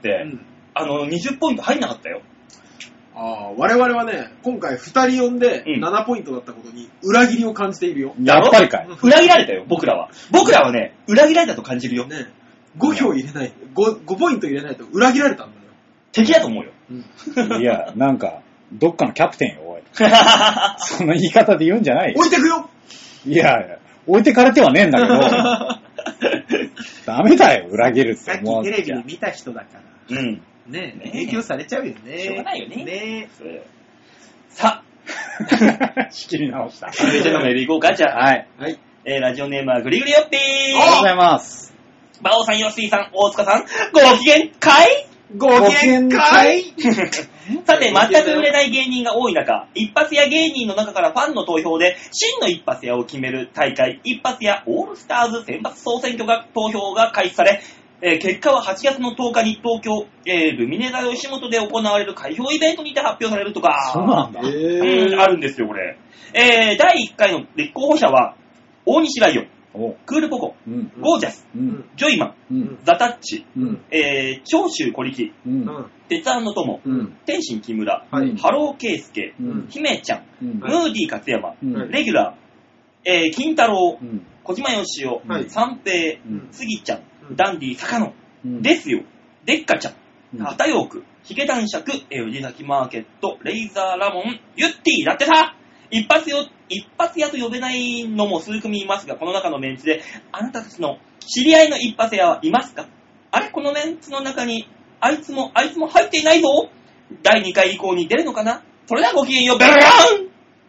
、20ポイント入んなかったよ。 我々はね、今回2人呼んで7ポイントだったことに裏切りを感じているよ。 やっぱりかい。 裏切られたよ、僕らは。僕らはね、裏切られたと感じるよ。 ね、5票入れない、5ポイント入れないと裏切られたんだよ。 敵だと思うよ。 いや、なんか、どっかのキャプテンよ、おい。その言い方で言うんじゃないよ。 置いてくよ。 いや、置いてかれてはねえんだけど、ダメだよ、裏切るって。 さっきテレビで見た人だから。 ねえ、影響されちゃうよね。 しょうがないよね。 ねさあ、 仕切り直した。 続いてのメールいこうか、じゃあ。 はい。 ラジオネームはグリグリよっぴー。 ありがとうございます。 バオさん、ヨッシーさん、大塚さん、ご機嫌かい？ ご機嫌かい？ さて、全く売れない芸人が多い中、一発屋芸人の中からファンの投票で、真の一発屋を決める大会、一発屋オールスターズ選抜総選挙投票が開始され、結果は8月の10日に東京、ルミネ座吉本で行われる開票イベントにて発表されるとか。 そうなんだ。 あるんですよ、これ。第1回の立候補者は、大西ライオン、クールポコ、ゴージャス、ジョイマン、ザタッチ、長州小力、鉄腕の友、天心木村、ハローケイスケ、姫ちゃん、ムーディー勝山、レギュラー、金太郎、小島よしお、三平、スギちゃん、ダンディ坂野、ですよ、デッカちゃん、片ヨーク、 ヒゲ男爵、藤崎マーケット、レイザーラモン、ユッティだってさ、一発屋と呼べないのも数組いますが、この中のメンツで、あなたたちの知り合いの一発屋はいますか？あれこのメンツの中に、あいつも入っていないぞ。第2回以降に出るのかな？それではごきげんよう、ベララン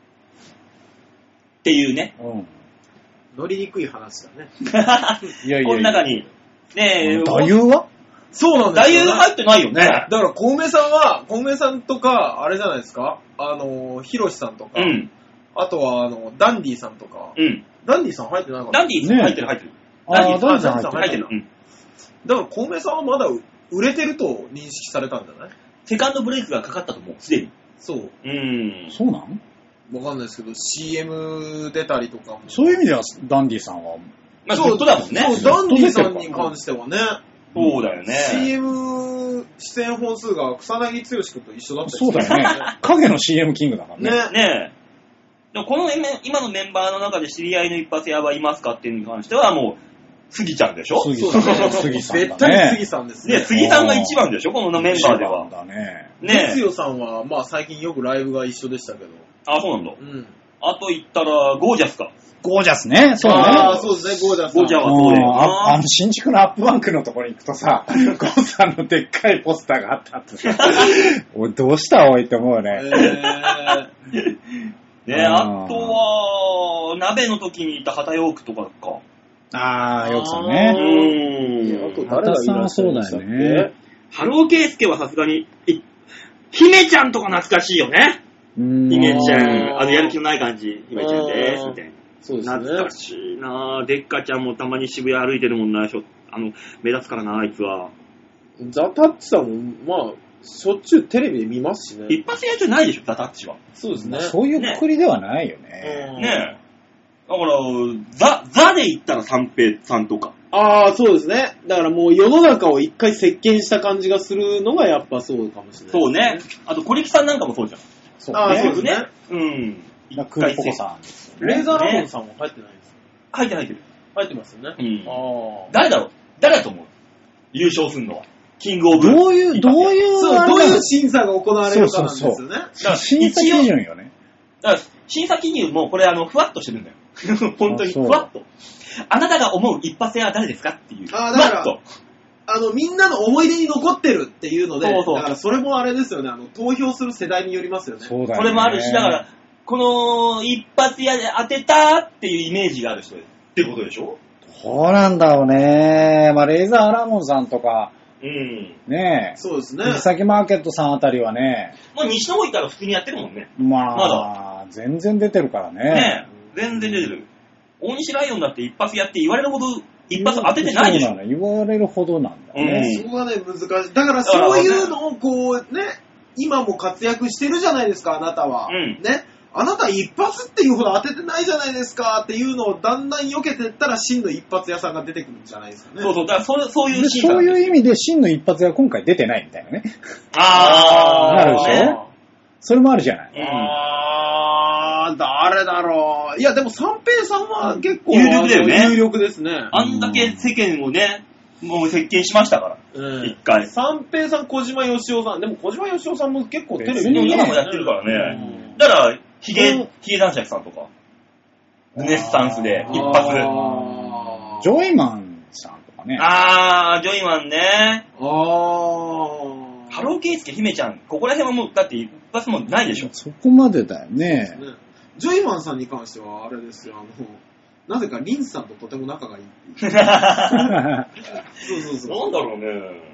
っていうね。 乗りにくい話だね。 いやいやいやこの中に、ねえ、 太夫はそうなんですよ、ね。 太夫入ってないよね。 だから、小梅さんとか、あれじゃないですか、ヒロシさんとか、あとは、ダンディさんとか、ダンディさん入ってないかな？ ダンディさん入ってる。 ダンディさん入ってる。 だから、小梅さんはまだ売れてると認識されたんじゃない？ セカンドブレイクがかかったと思う、すでに。 そう。 そうなんわかんないですけど、CM 出たりとかも。 そういう意味では、ダンディさんは。 まあ、ずっとだもんね。 そう、ダンディさんに関してはね。 そうだよね。 CM 出演本数が草薙剛君と一緒だったりそうだよね。影の CM キングだからね。 ねえ。でもこの今のメンバーの中で知り合いの一発屋はいますかっていうに関しては、もう、杉ちゃんでしょ？ 杉さんだね。 絶対に杉さんですね。 ね、杉さんが一番でしょ？このメンバーでは。 だね。 ねえ。さんは、まあ最近よくライブが一緒でしたけど。 あ、そうなんだ。あと言ったら、ゴージャスか。 ゴージャスね。そうね。 ああ、そうですね、ゴージャス。 ゴージャスはそうだよな。 新宿のアップバンクのところに行くとさ、ゴーさんのでっかいポスターがあったってさ、おい、どうしたおいって思うよね。 ね、あとは、鍋の時にいた畑ヨークとかか。 ああ、よくさんね。 あと誰がいらっしゃるんでしたっけ？そうだよね。 ハローケイスケはさすがに、姫ちゃんとか懐かしいよね。姫ちゃん、やる気のない感じ、姫ちゃんです、みたいな。 そうですね。 懐かしいなぁ。でっかちゃんもたまに渋谷歩いてるもんな、目立つからな、あいつは。 ザ・タッチさんも、まあ、しょっちゅうテレビで見ますしね。 一発屋じゃないでしょ、ザ・タッチは。 そうですね。 そういうくくりではないよね。 ねえ。だから、ザで言ったら三平さんとか。 ああ、そうですね。だからもう世の中を一回席巻した感じがするのがやっぱそうかもしれない。 そうね。あと、小力さんなんかもそうじゃん。 そうね。ああ、そうですね。 クールポコさんですよね。 レーザーラモンさんも入ってないですか？ 入ってる。 入ってますよね。 誰だろう？誰だと思う？優勝するのは。キングオブ。 どういう審査が行われるかなんですよね。 審査基準よね。 だから審査基準もこれふわっとしてるんだよ。本当にふわっと。あなたが思う一発屋は誰ですかっていう。 だからみんなの思い出に残ってるっていうので、だからそれもあれですよね、投票する世代によりますよね。 そうだよね。 それもあるし、だから、この一発屋で当てたっていうイメージがある人ってことでしょ？ そうなんだろうね。まあ、レイザーラモンさんとか、ねえ。 そうですね。 藤崎マーケットさんあたりはね。 まあ、西の方行ったら普通にやってるもんね。 まあ、全然出てるからね。 ねえ、全然出てる。大西ライオンだって一発やって言われるほど一発当ててないでしょ。 そうなの、言われるほどなんだね。 そこがね、難しい。だからそういうのをこうね、今も活躍してるじゃないですか、あなたは。ね。あなた一発っていうほど当ててないじゃないですかっていうのをだんだん避けていったら真の一発屋さんが出てくるんじゃないですかね。 そうそう、だからそういうシーン。 そういう意味で真の一発屋今回出てないみたいなね。 なるでしょ？それもあるじゃない。 誰だろう。いや、でも三平さんは結構有力だよね。 有力ですね。 あんだけ世間をね、もう席巻しましたから。一回。 三平さん、小島よしおさん。でも小島よしおさんも結構テレビで今もやってるからね。だから、ヒゲ男爵さんとか。ルネッサンスで一発。 ジョイマンさんとかね。 ジョイマンね。ハローケイスケ姫ちゃん。ここら辺はもう、だって一発もないでしょ。 そこまでだよね。 ジョイマンさんに関しては、あれですよ、なぜかリンスさんととても仲がいいっていう。そう。 なんだろうね。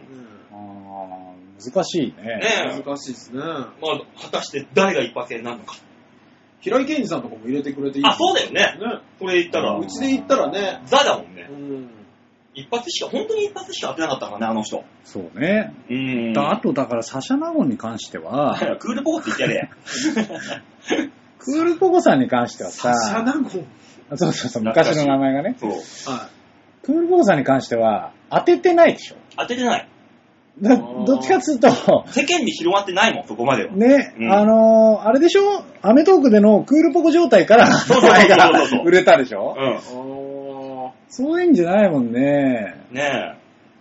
難しいね。 難しいですね。まあ、 果たして誰が一発屋になるのか。 平井堅二さんとかも入れてくれていい。 そうだよね。これ言ったら。 うちで言ったらね。 ザだもんね。本当に一発しか当てなかったからね、あの人。 そうね。あと、だから、サシャナゴンに関しては、 クールポコって言ってやれ。 クールポコさんに関してはさ、 サシャナゴンそう、昔の名前がね。 そう。 クールポコさんに関しては、当ててないでしょ。 当ててない。 どっちかっつうと、 世間に広まってないもん、そこまでは。 ね、あれでしょ？アメトークでのクールポコ状態から、前が売れたでしょ？そういうんじゃないもんね。 ねえ。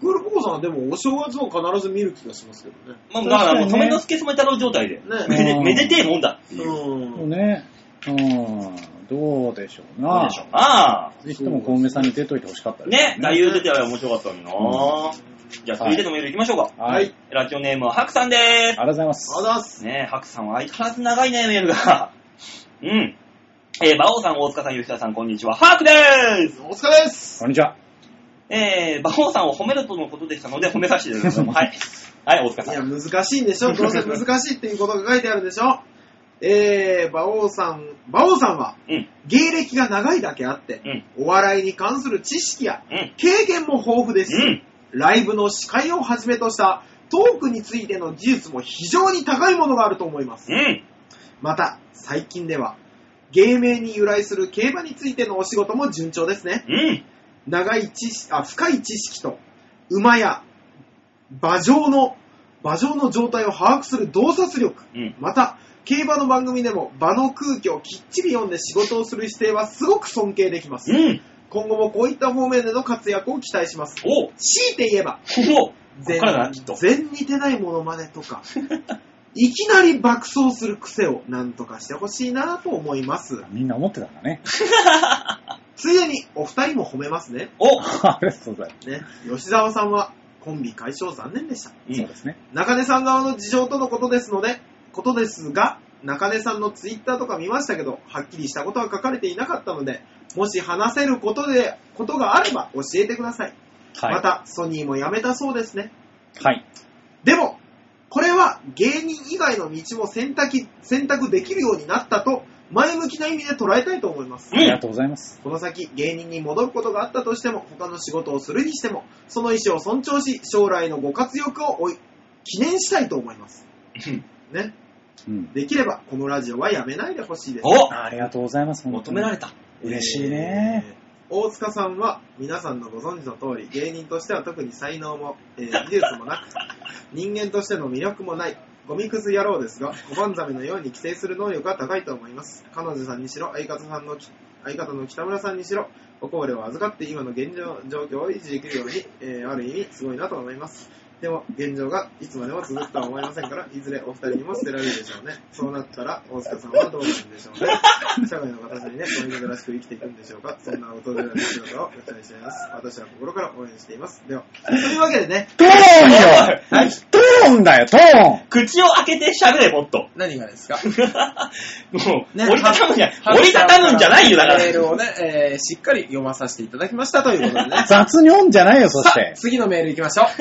クールポコさんはでもお正月を必ず見る気がしますけどね。 まあ、だからもう、染之助染太郎状態で、めでてえもんだっていう。 そうね。どうでしょうな。 どうでしょうな。 ぜひとも小梅さんに出といてほしかったですね。太夫出ては面白かったのにな。じゃあ、続いてのメール行きましょうか。 はい。 ラジオネームはハクさんでーす。 ありがとうございます。 ありがとうございます。 ね、ハクさんは相変わらず長いね、メールが。うん。馬王さん、大塚さん、吉田さん、こんにちは。ハクでーす。 お疲れです。 こんにちは。 馬王さんを褒めるとのことでしたので、褒めさせていただきます。はい。はい、大塚さん。 いや、難しいんでしょ。どうせ難しいっていうことが書いてあるでしょ。馬王さんは、芸歴が長いだけあって、お笑いに関する知識や、経験も豊富です。ライブの司会をはじめとしたトークについての技術も非常に高いものがあると思います。また、最近では、芸名に由来する競馬についてのお仕事も順調ですね。深い知識と、馬や馬上の状態を把握する洞察力、また、競馬の番組でも場の空気をきっちり読んで仕事をする姿勢はすごく尊敬できます。今後もこういった方面での活躍を期待します。強いて言えば、全似てないものまねとか、いきなり爆走する癖をなんとかしてほしいなと思います。 みんな思ってたんだね。 ついでにお二人も褒めますね。 ありがとうございます。 ね、吉沢さんはコンビ解消残念でした。 そうですね。 中根さん側の事情とのことですが、中根さんのツイッターとか見ましたけど、はっきりしたことは書かれていなかったので、もし話せることがあれば教えてください。はい、また、ソニーも辞めたそうですね。 はい。 でも、これは芸人以外の道も選択できるようになったと、前向きな意味で捉えたいと思います。 ありがとうございます。 この先、芸人に戻ることがあったとしても、他の仕事をするにしても、その意思を尊重し、将来のご活躍を記念したいと思います。ね。できれば、このラジオはやめないでほしいです。 ありがとうございます。 求められた。 嬉しいね。 大塚さんは、皆さんのご存知の通り、芸人としては特に才能も、技術もなく、人間としての魅力もない、ゴミくず野郎ですが、小判ザメのように寄生する能力が高いと思います。彼女さんにしろ、相方の北村さんにしろ、おこぼれを預かって今の現状を維持できるように、ある意味すごいなと思います。でも、現状がいつまでも続くとは思いませんから、いずれお二人にも捨てられるでしょうね。そうなったら、大塚さんはどうなるんでしょうね。社会の形にね、この人らしく生きていくんでしょうか。そんな訪れる姿を期待しています。私は心から応援しています。では、というわけでね。 トーンよはい、トーンだよ、トーン口を開けて喋れ、もっと。 何がですかもう、ね、折りたたむんじゃないよ、だから。 メールをね、しっかり読まさせていただきましたということでね。 雑に読んじゃないよ、そして。 次のメール行きましょう。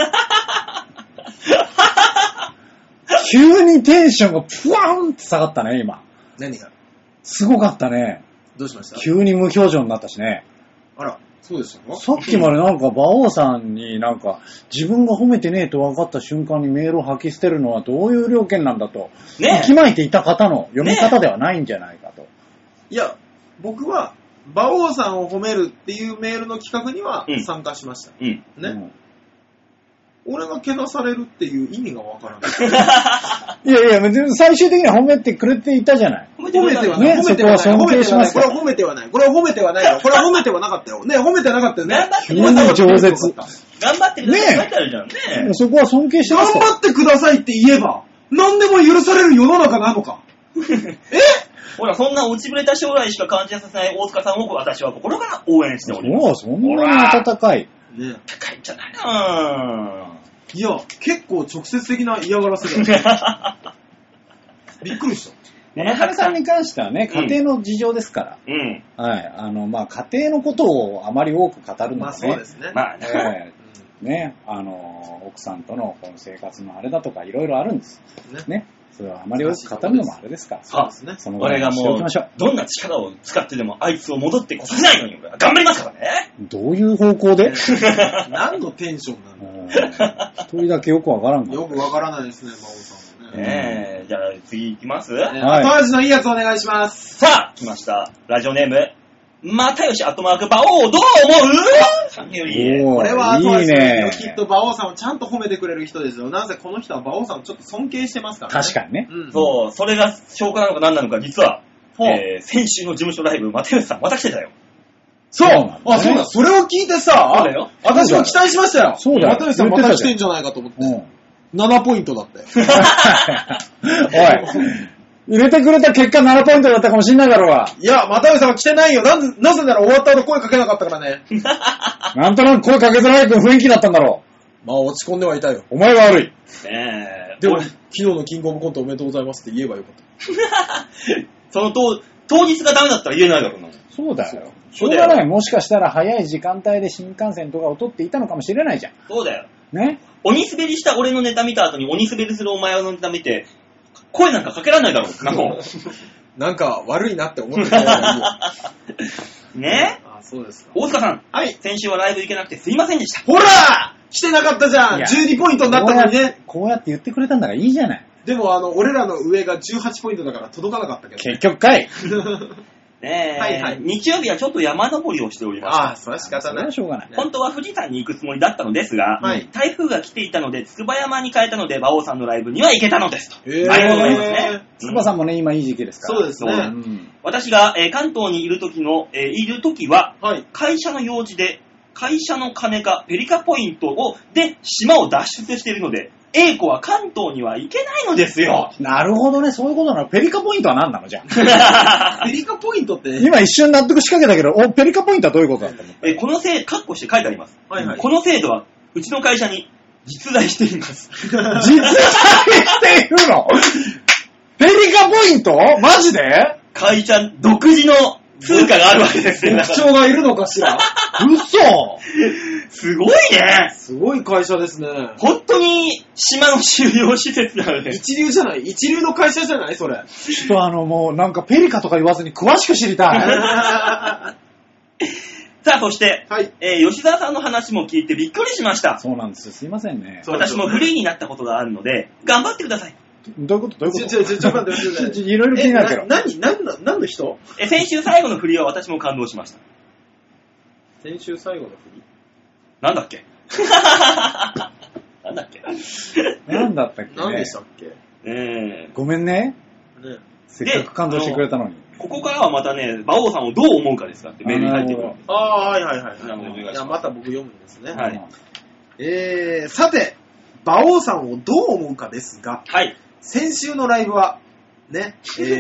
急にテンションがプワーンって下がったね、今。 何がすごかったね。 どうしました？ 急に無表情になったしね。 あら、そうでしたか？ さっきまでなんか馬王さんになんか自分が褒めてねえと分かった瞬間にメールを吐き捨てるのはどういう了見なんだと、息巻いていた方の読み方ではないんじゃないかと。 いや、僕は馬王さんを褒めるっていうメールの企画には参加しました。ね。俺がけなされるっていう意味がわからない。 いやいや、最終的には褒めてくれていたじゃない。 褒めてはない。褒めてはない。 尊敬します。 これは褒めてはない。これは褒めてはないよ。これは褒めてはなかったよ。ね、褒めてなかったよね。 急に饒舌。 頑張ってくださいってあるじゃんね。 そこは尊敬してます。 頑張ってくださいって言えば、何でも許される世の中なのか。 ほら、そんな落ちぶれた将来しか感じさせない大塚さんを私は心から応援しております。 そんなに温かい。 ね、高いんじゃないなぁ。 いや、結構直接的な嫌がらせだ。びっくりした。 中根さんに関してはね、家庭の事情ですから。はい。まあ、家庭のことをあまり多く語るのはね。 そうですね。 まあね。 ね、奥さんとのこの生活のあれだとかいろいろあるんです。ね。それはあまり多く語るのもあれですから。 そうですね。俺がもう、どんな力を使ってでもあいつを戻ってこさせないように頑張りますからね。 どういう方向で何のテンションなの一人だけよくわからん。 よくわからないですね、馬王さんね。じゃあ次行きます？ 後味のいいやつお願いします。 さあ、来ました。ラジオネーム。またよし、馬王どう思う？ これは後味のいいよ。きっと馬王さんをちゃんと褒めてくれる人ですよ。なぜこの人は馬王さんをちょっと尊敬してますからね。 確かにね。 そう、それが証拠なのか何なのか、実は、先週の事務所ライブ、又吉さん、私でしたよ。 そう、 あ、 そうだ、それを聞いてさ、 そうだよ。 私も期待しましたよ。 そうだよ。 又吉さんまた来てんじゃないかと思って。7ポイントだって。 おい。入れてくれた結果7ポイントだったかもしんないだろうが。 いや、又吉さんは来てないよ。なぜなら終わった後声かけなかったからね。 なんとなく声かけづらい雰囲気だったんだろう。まあ落ち込んではいたよ。 お前が悪い。 でも、昨日のキングオブコントおめでとうございますって言えばよかった。 その当日がダメだったら言えないだろうな。 そうだよ。しょうがない。もしかしたら早い時間帯で新幹線とかを取っていたのかもしれないじゃん。 そうだよ。 ね。 鬼滑りした俺のネタ見た後に鬼滑りするお前のネタ見て、声なんかかけられないだろうな、もう。 なんか悪いなって思ってたらいいよ。 ねあ、そうですか。 大塚さん。 はい。 先週はライブ行けなくてすいませんでした。 ほら来てなかったじゃん !12 ポイントになったのにね。 こうやって言ってくれたんだからいいじゃない。 でも俺らの上が18ポイントだから届かなかったけど、ね。 結局かい。 ねえ、 はいはい、 日曜日はちょっと山登りをしておりました。 ああ、それは仕方ない。 それはしょうがない。 本当は富士山に行くつもりだったのですが、はい、台風が来ていたので、筑波山に変えたので、馬王さんのライブには行けたのですと。ありがとうございますね。 筑波さんもね、今いい時期ですから。 そうですね。 私が、関東にいる時は、はい、会社の用事で、会社の金かペリカポイントで島を脱出しているので、A 子は関東には行けないのですよ。 なるほどね、そういうことなの。ペリカポイントは何なのじゃあ。ペリカポイントって今一瞬納得しかけたけど、ペリカポイントはどういうことだったの？ この制度、カッコして書いてあります。 はいはい。 この制度は、うちの会社に実在しています。 実在しているの？ペリカポイント？マジで？ 会社独自の通貨があるわけですよ。 特徴がいるのかしら？ 嘘！ すごいね。 すごい会社ですね。 本当に島の収容施設なので。 一流じゃない？一流の会社じゃないそれ。 ちょっともうなんかペリカとか言わずに詳しく知りたい。 さあ、そして、 はい吉沢さんの話も聞いてびっくりしました。 そうなんですよ。すいませんね。 私もフリーになったことがあるので、頑張ってください。 どういうこと？ ちょっと待って。 いろいろ気になるけど。 何の人？ 先週最後のフリーは私も感動しました。 先週最後のフリー？ なんだっけなんだっけなんだったっけね。 何でしたっけ？ ごめんね。せっかく感動してくれたのに。 ここからはまたね、馬王さんをどう思うかですかってメールに入ってくる。 ああ、はいはいはい。 いや、また僕読むんですね。 はい。 さて、馬王さんをどう思うかですが、 はい。 先週のライブは、ね、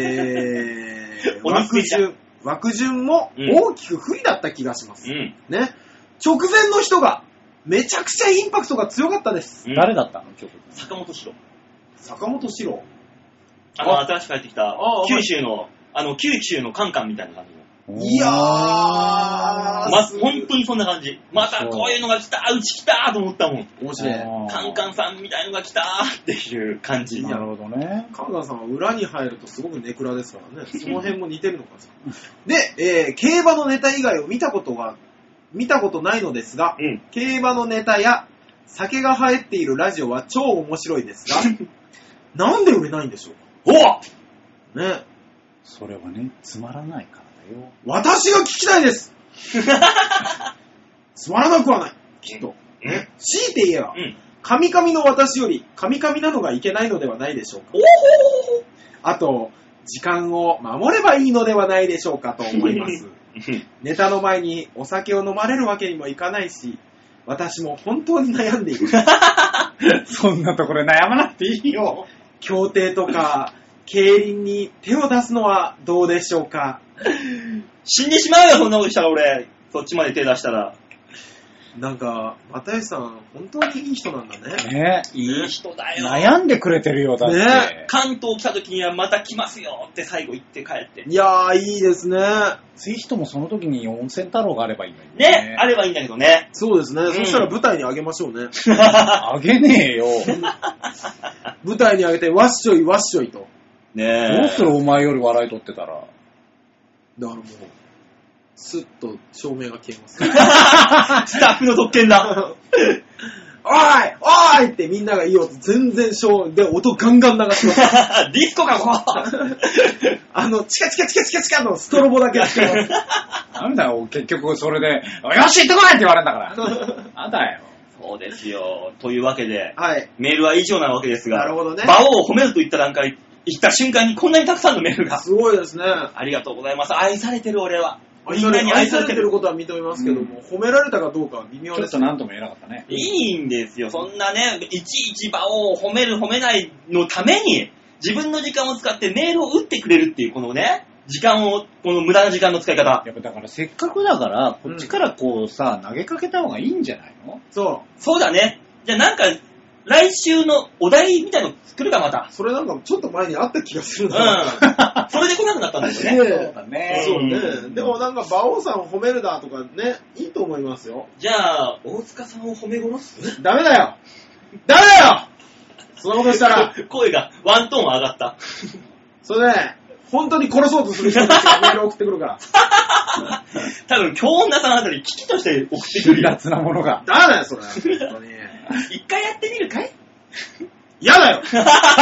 枠順も大きく不利だった気がします。ね。直前の人が、めちゃくちゃインパクトが強かったです。 誰だったの？ 坂本史郎。 坂本史郎。 新しく帰ってきた、九州のカンカンみたいな感じの。 いやー、 本当にそんな感じ。またこういうのが来た、うち来たと思ったもん。 面白い。 カンカンさんみたいのが来たっていう感じ。 なるほどね。 カンカンさんは裏に入るとすごくネクラですからね。その辺も似てるのかな。で、競馬のネタ以外を見たことないのですが、競馬のネタや酒が入っているラジオは超面白いですが、なんで売れないんでしょうか？ね。 それはね、つまらないからだよ。 私が聞きたいですつまらなくはない。きっと。ね。強いて言えば、カミカミの私よりカミカミなのがいけないのではないでしょうか。あと、時間を守ればいいのではないでしょうかと思います。ネタの前にお酒を飲まれるわけにもいかないし、私も本当に悩んでいる。 そんなところで悩まなくていいよ。 競艇とか、競輪に手を出すのはどうでしょうか。 死んでしまうよ、そんなことしたら俺。そっちまで手出したら。 なんか、又吉さん、本当にいい人なんだね。 ね、 いい人だよ。 悩んでくれてるよ、だって。 ね、 関東来た時にはまた来ますよって最後言って帰って。 いやー、いいですね。 ぜひともその時に温泉太郎があればいいのにね。あればいいんだけどね。 そうですね。そしたら舞台にあげましょうね。 あげねえよ。 舞台にあげて、わっしょいわっしょいと。 ねえ。 どうするお前より笑い取ってたら。 だからもう、スッと照明が消えます。 スタッフの特権だ。 おいおいってみんなが言おうと全然で音ガンガン流します。 ディスコかここ。 チカチカチカチカチカのストロボだけ使います。 なんだよ、結局それで、よし行ってこないって言われるんだから。なんだよ。 そうですよ。というわけで、 はい、 メールは以上なわけですが、 なるほどね。 馬王を褒めると言った瞬間にこんなにたくさんのメールが。 すごいですね。 ありがとうございます。愛されてる俺は。 みんなに愛されてることは認めますけども、褒められたかどうかは微妙です。 ちょっと何とも言えなかったね。 いいんですよ。そんなね、いちいち場を褒める褒めないのために、自分の時間を使ってメールを打ってくれるっていう、このね、この無駄な時間の使い方。 やっぱだからせっかくだから、こっちからこうさ、投げかけた方がいいんじゃないの？ そうだね。じゃあなんか、来週のお題みたいの作るか、また。 それなんかちょっと前にあった気がするな。 それで来なくなったんだよね。 そうだね。 そうね。でもなんか、馬王さんを褒めるだとかね、いいと思いますよ。 じゃあ、大塚さんを褒め殺す？ ダメだよダメだよそんなことしたら。 声がワントーン上がった。 それね、本当に殺そうとする人たちがメール送ってくるから。 多分、京女さんあたり危機として送ってくるよ。 辛辣なものが。 ダメだよ、それ。本当に。 一回やってみるかい？ 嫌だよ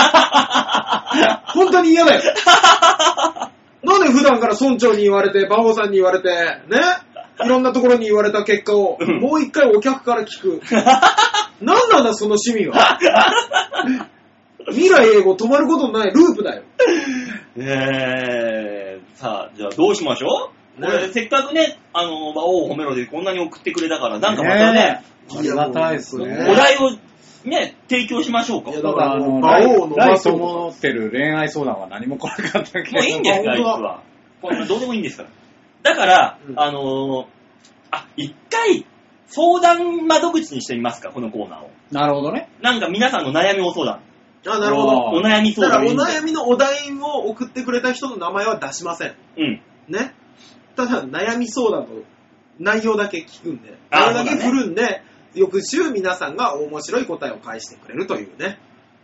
本当に嫌だよなんで普段から村長に言われて、馬王さんに言われて、ね、いろんなところに言われた結果を、もう一回お客から聞く。なんなんだ、その趣味は。未来英語止まることのないループだよ。 さあ、じゃあどうしましょう？これ、せっかくね、馬王を褒めろでこんなに送ってくれたから、なんかまたね、 ありがたいですね。 お題をね、提供しましょうか。 いやだから馬王のライト持ってる恋愛相談は何も来なかったけど。 もういいんですか、あいつは。こんなどうでもいいんですから。だから、一回、相談窓口にしてみますか、このコーナーを。 なるほどね。 なんか皆さんの悩みを相談。 あ、なるほど。 お悩み相談。 だからお悩みのお題を送ってくれた人の名前は出しません。 うん。 ね。ただ、悩み相談の内容だけ聞くんで、内容だけ振るんで、翌週皆さんが面白い答えを返してくれるというね。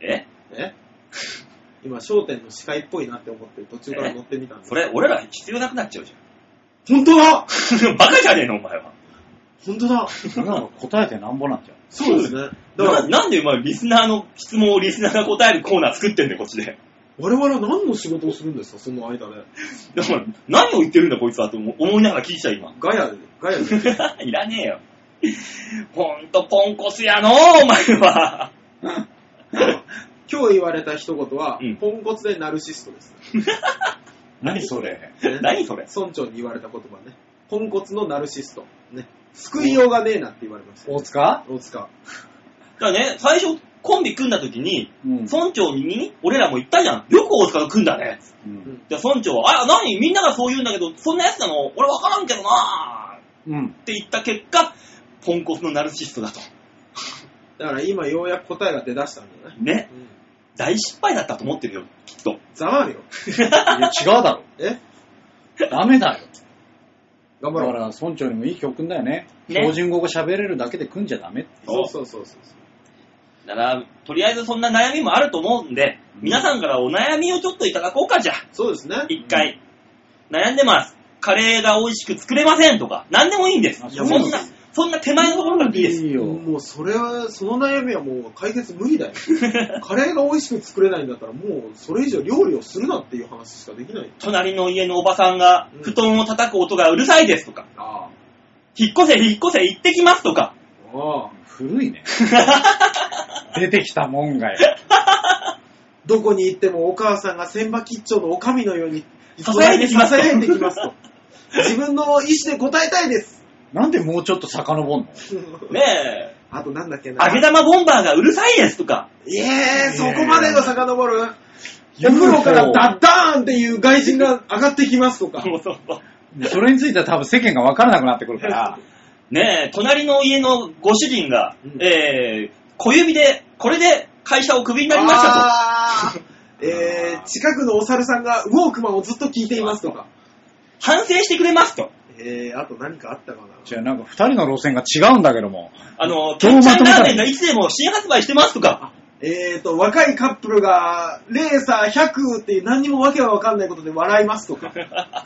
今、笑点の司会っぽいなって思って途中から乗ってみたんです。 それ、俺ら必要なくなっちゃうじゃん。本当だバカじゃねえの、お前は。 本当だなんか答えてなんぼなんじゃん。 そうですね。 だからなんでお前リスナーの質問をリスナーが答えるコーナー作ってんだよ、こっちで。 我々は何の仕事をするんですか、その間で。 だから、何を言ってるんだこいつはと思いながら聞いちゃう今。 ガヤで。 いらねえよ。ほんとポンコツやのお前は。 今日言われた一言は、ポンコツでナルシストです。 何それ、 何それ村長に言われた言葉ね。ポンコツのナルシスト。ね。救いようがねえなって言われました。 大塚。 だからね、最初コンビ組んだ時に、村長に俺らも言ったじゃん。よく大塚と組んだね。じゃあ村長は、何みんながそう言うんだけど、そんなやつなの俺わからんけどなって言った結果、ポンコツのナルシストだと。 だから今ようやく答えが出だしたんだね。 ね。大失敗だったと思ってるよ、きっと。 ざまあるよ。 いや、違うだろ。ダメだよ。 頑張ろう。 だから村長にもいい教訓だよね。標準語が喋れるだけで組んじゃダメって。 そう。 だから、とりあえずそんな悩みもあると思うんで、皆さんからお悩みをちょっといただこうか、じゃあ。 そうですね。 一回。悩んでます。カレーが美味しく作れませんとか、何でもいいんです。そんな手前のところからいいです。 もうその悩みはもう解決無理だよ。カレーが美味しく作れないんだったらもうそれ以上料理をするなっていう話しかできない。 隣の家のおばさんが布団を叩く音がうるさいですとか。引っ越せ行ってきますとか。 古いね。出てきたもんがよ。 どこに行ってもお母さんが千葉吉兆のおかみのように支えてきますと。自分の意思で答えたいです。 なんでもうちょっと遡んの？ ねえ。 あとなんだっけな。 揚げ玉ボンバーがうるさいですとか。 そこまでが遡る。お風呂からダッダーンっていう外人が上がってきますとか。 それについては多分世間が分からなくなってくるから。 ねえ、隣の家のご主人が、小指で、これで会社をクビになりましたと。 近くのお猿さんがウォークマンをずっと聞いていますとか。 反省してくれますと。 あと何かあったかな。 じゃあなんか二人の路線が違うんだけども。 ケンちゃんラーメンがいつでも新発売してますとか。 若いカップルがレーサー100っていう何にもわけはわかんないことで笑いますとか。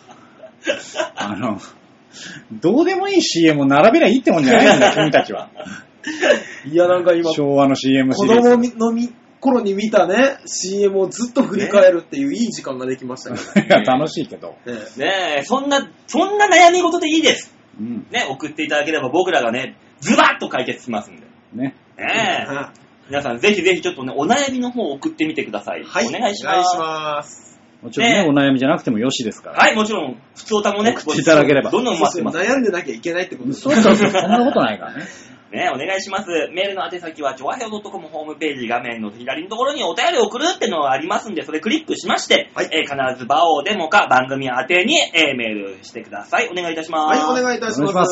どうでもいい CM を並べりゃいいってもんじゃないんだ、君たちは。 いや、なんか今、 昭和の CM シ子リーズ。 供の頃に見たね、CM をずっと振り返るっていういい時間ができましたけど。 いや、楽しいけど。 ねえ、そんな悩み事でいいです。ね、送っていただければ僕らがね、ズバッと解決しますんで。 ね。 皆さんぜひぜひちょっとね、お悩みの方を送ってみてください。 はい。 お願いします。 もちろんね、お悩みじゃなくてもよしですから。 はい、もちろん、普通歌もね、 送っていただければ。 どんどん待ってます。 悩んでなきゃいけないってことですそうそうそう、そんなことないからね。 ね、お願いします。メールの宛先は、ちょわへお .com ホームページ画面の左のところにお便りを送るってのがありますんで、それクリックしまして、はい、必ず場をデモか番組宛てに、メールしてください。お願いいたします。 はい、お願いいたします。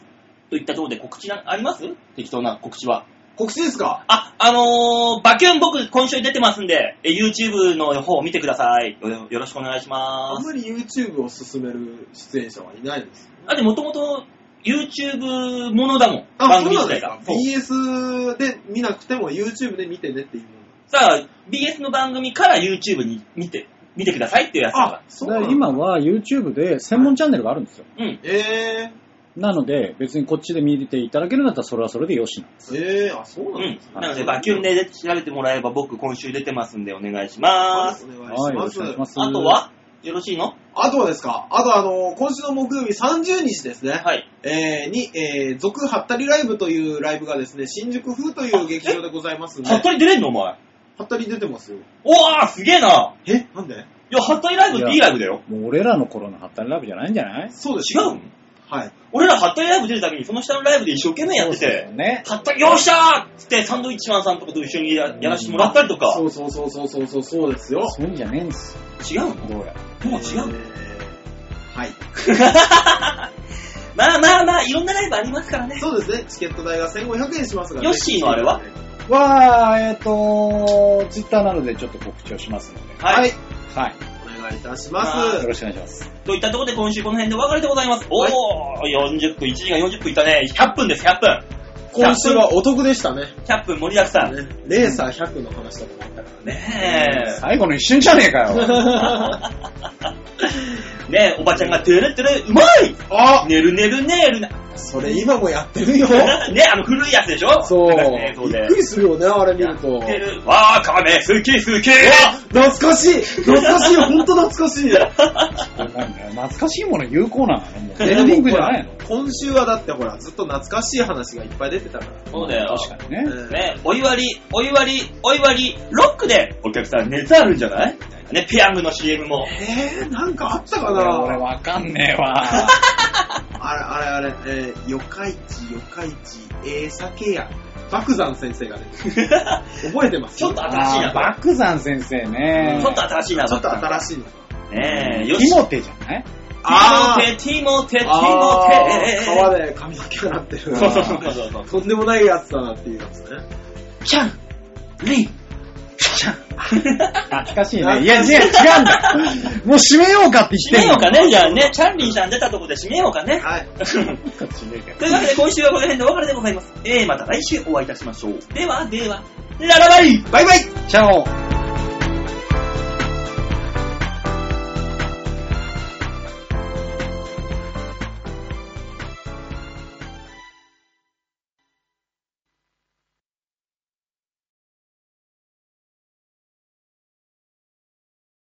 といったところで告知あります？適当な告知は。 告知ですか？ バキュン僕今週出てますんで、YouTube の方を見てください。よろしくお願いします。 あんまり YouTube を進める出演者はいないんですよ。 だってもともと YouTube ものだもん。 番組自体が。BS で見なくても YouTube で見てねっていうもの。 さあ、BS の番組から YouTube に見てくださいっていうやつが。 そうだ今は YouTube で専門チャンネルがあるんですよ。 うん。 なので、別にこっちで見ていただけるんだったらそれはそれでよしなんです。 あ、そうなんですね。 なので、バキュンで調べてもらえれば僕今週出てますんでお願いします。 お願いします。 あとはよろしいの？ あとはですか？あと今週の木曜日30日ですね。 はい。 続ハッタリライブというライブがですね、新宿風という劇場でございますんで。 ハッタリ出れんのお前？ ハッタリ出てますよ。 おーすげえな。 なんで？ いや、ハッタリライブっていいライブだよ。 もう俺らの頃のハッタリライブじゃないんじゃない？ そうです。 違うの？ はい。 俺らハッタリライブ出るたびにその下のライブで一生懸命やってて、 ね、 ハッタリよっしゃーってサンドイッチマンさんとかと一緒にやらせてもらったりとか。 そうですよ。 そういうんじゃねえんですよ。違うの？ どうや。 もう違うの？ はい。 まあ、いろんなライブありますからね。 そうですね。チケット代が1500円しますがね。 ヨッシーのあれは Twitter などでちょっと告知をしますので。 はい。 はい。 お願いいたします。 よろしくお願いします。 といったところで今週この辺でお別れでございます。おー、40分、1時間40分いったね。100分です、100分。 今週はお得でしたね。 100分盛りだくさん。 レーサー100の話だと思ったからね。 最後の一瞬じゃねえかよ。 ねえ、おばちゃんがトゥルトゥル、うまい！寝る。 それ今もやってるよ。 ね、古いやつでしょ？ そう。びっくりするよね、あれ見ると。 やってる。わーかめ、好き。 懐かしい、ほんと懐かしい。 懐かしいもの有効なのね、もう。エンディングじゃないの？ 今週はだってほら、ずっと懐かしい話がいっぱい出てたから。 そうだよ。 確かにね。 ね、お祝い、ロックでお客さん熱あるんじゃない？ね、ペヤングの CM も。 なんかあったかな？ 俺わかんねえわ。 あれ、四日市、酒屋。爆山先生がね、覚えてます？ ちょっと新しいな。 爆山先生ね。 ちょっと新しいな。 ちょっと新しいのか。 ねえ、 ティモテじゃない？ ティモテ。 川で髪の毛がなってる。 そう。 とんでもないやつだなっていうやつね。 チャン、リン、 チャン。懐かしいね。いや、違うんだ。もう締めようかって言ってんの。 締めようかね、じゃあね。チャンリンさん出たところで締めようかね。 はい。 というわけで今週はこの辺でお別れでございます。また来週お会いいたしましょう。では、ララバイ！ バイバイ！ チャオ！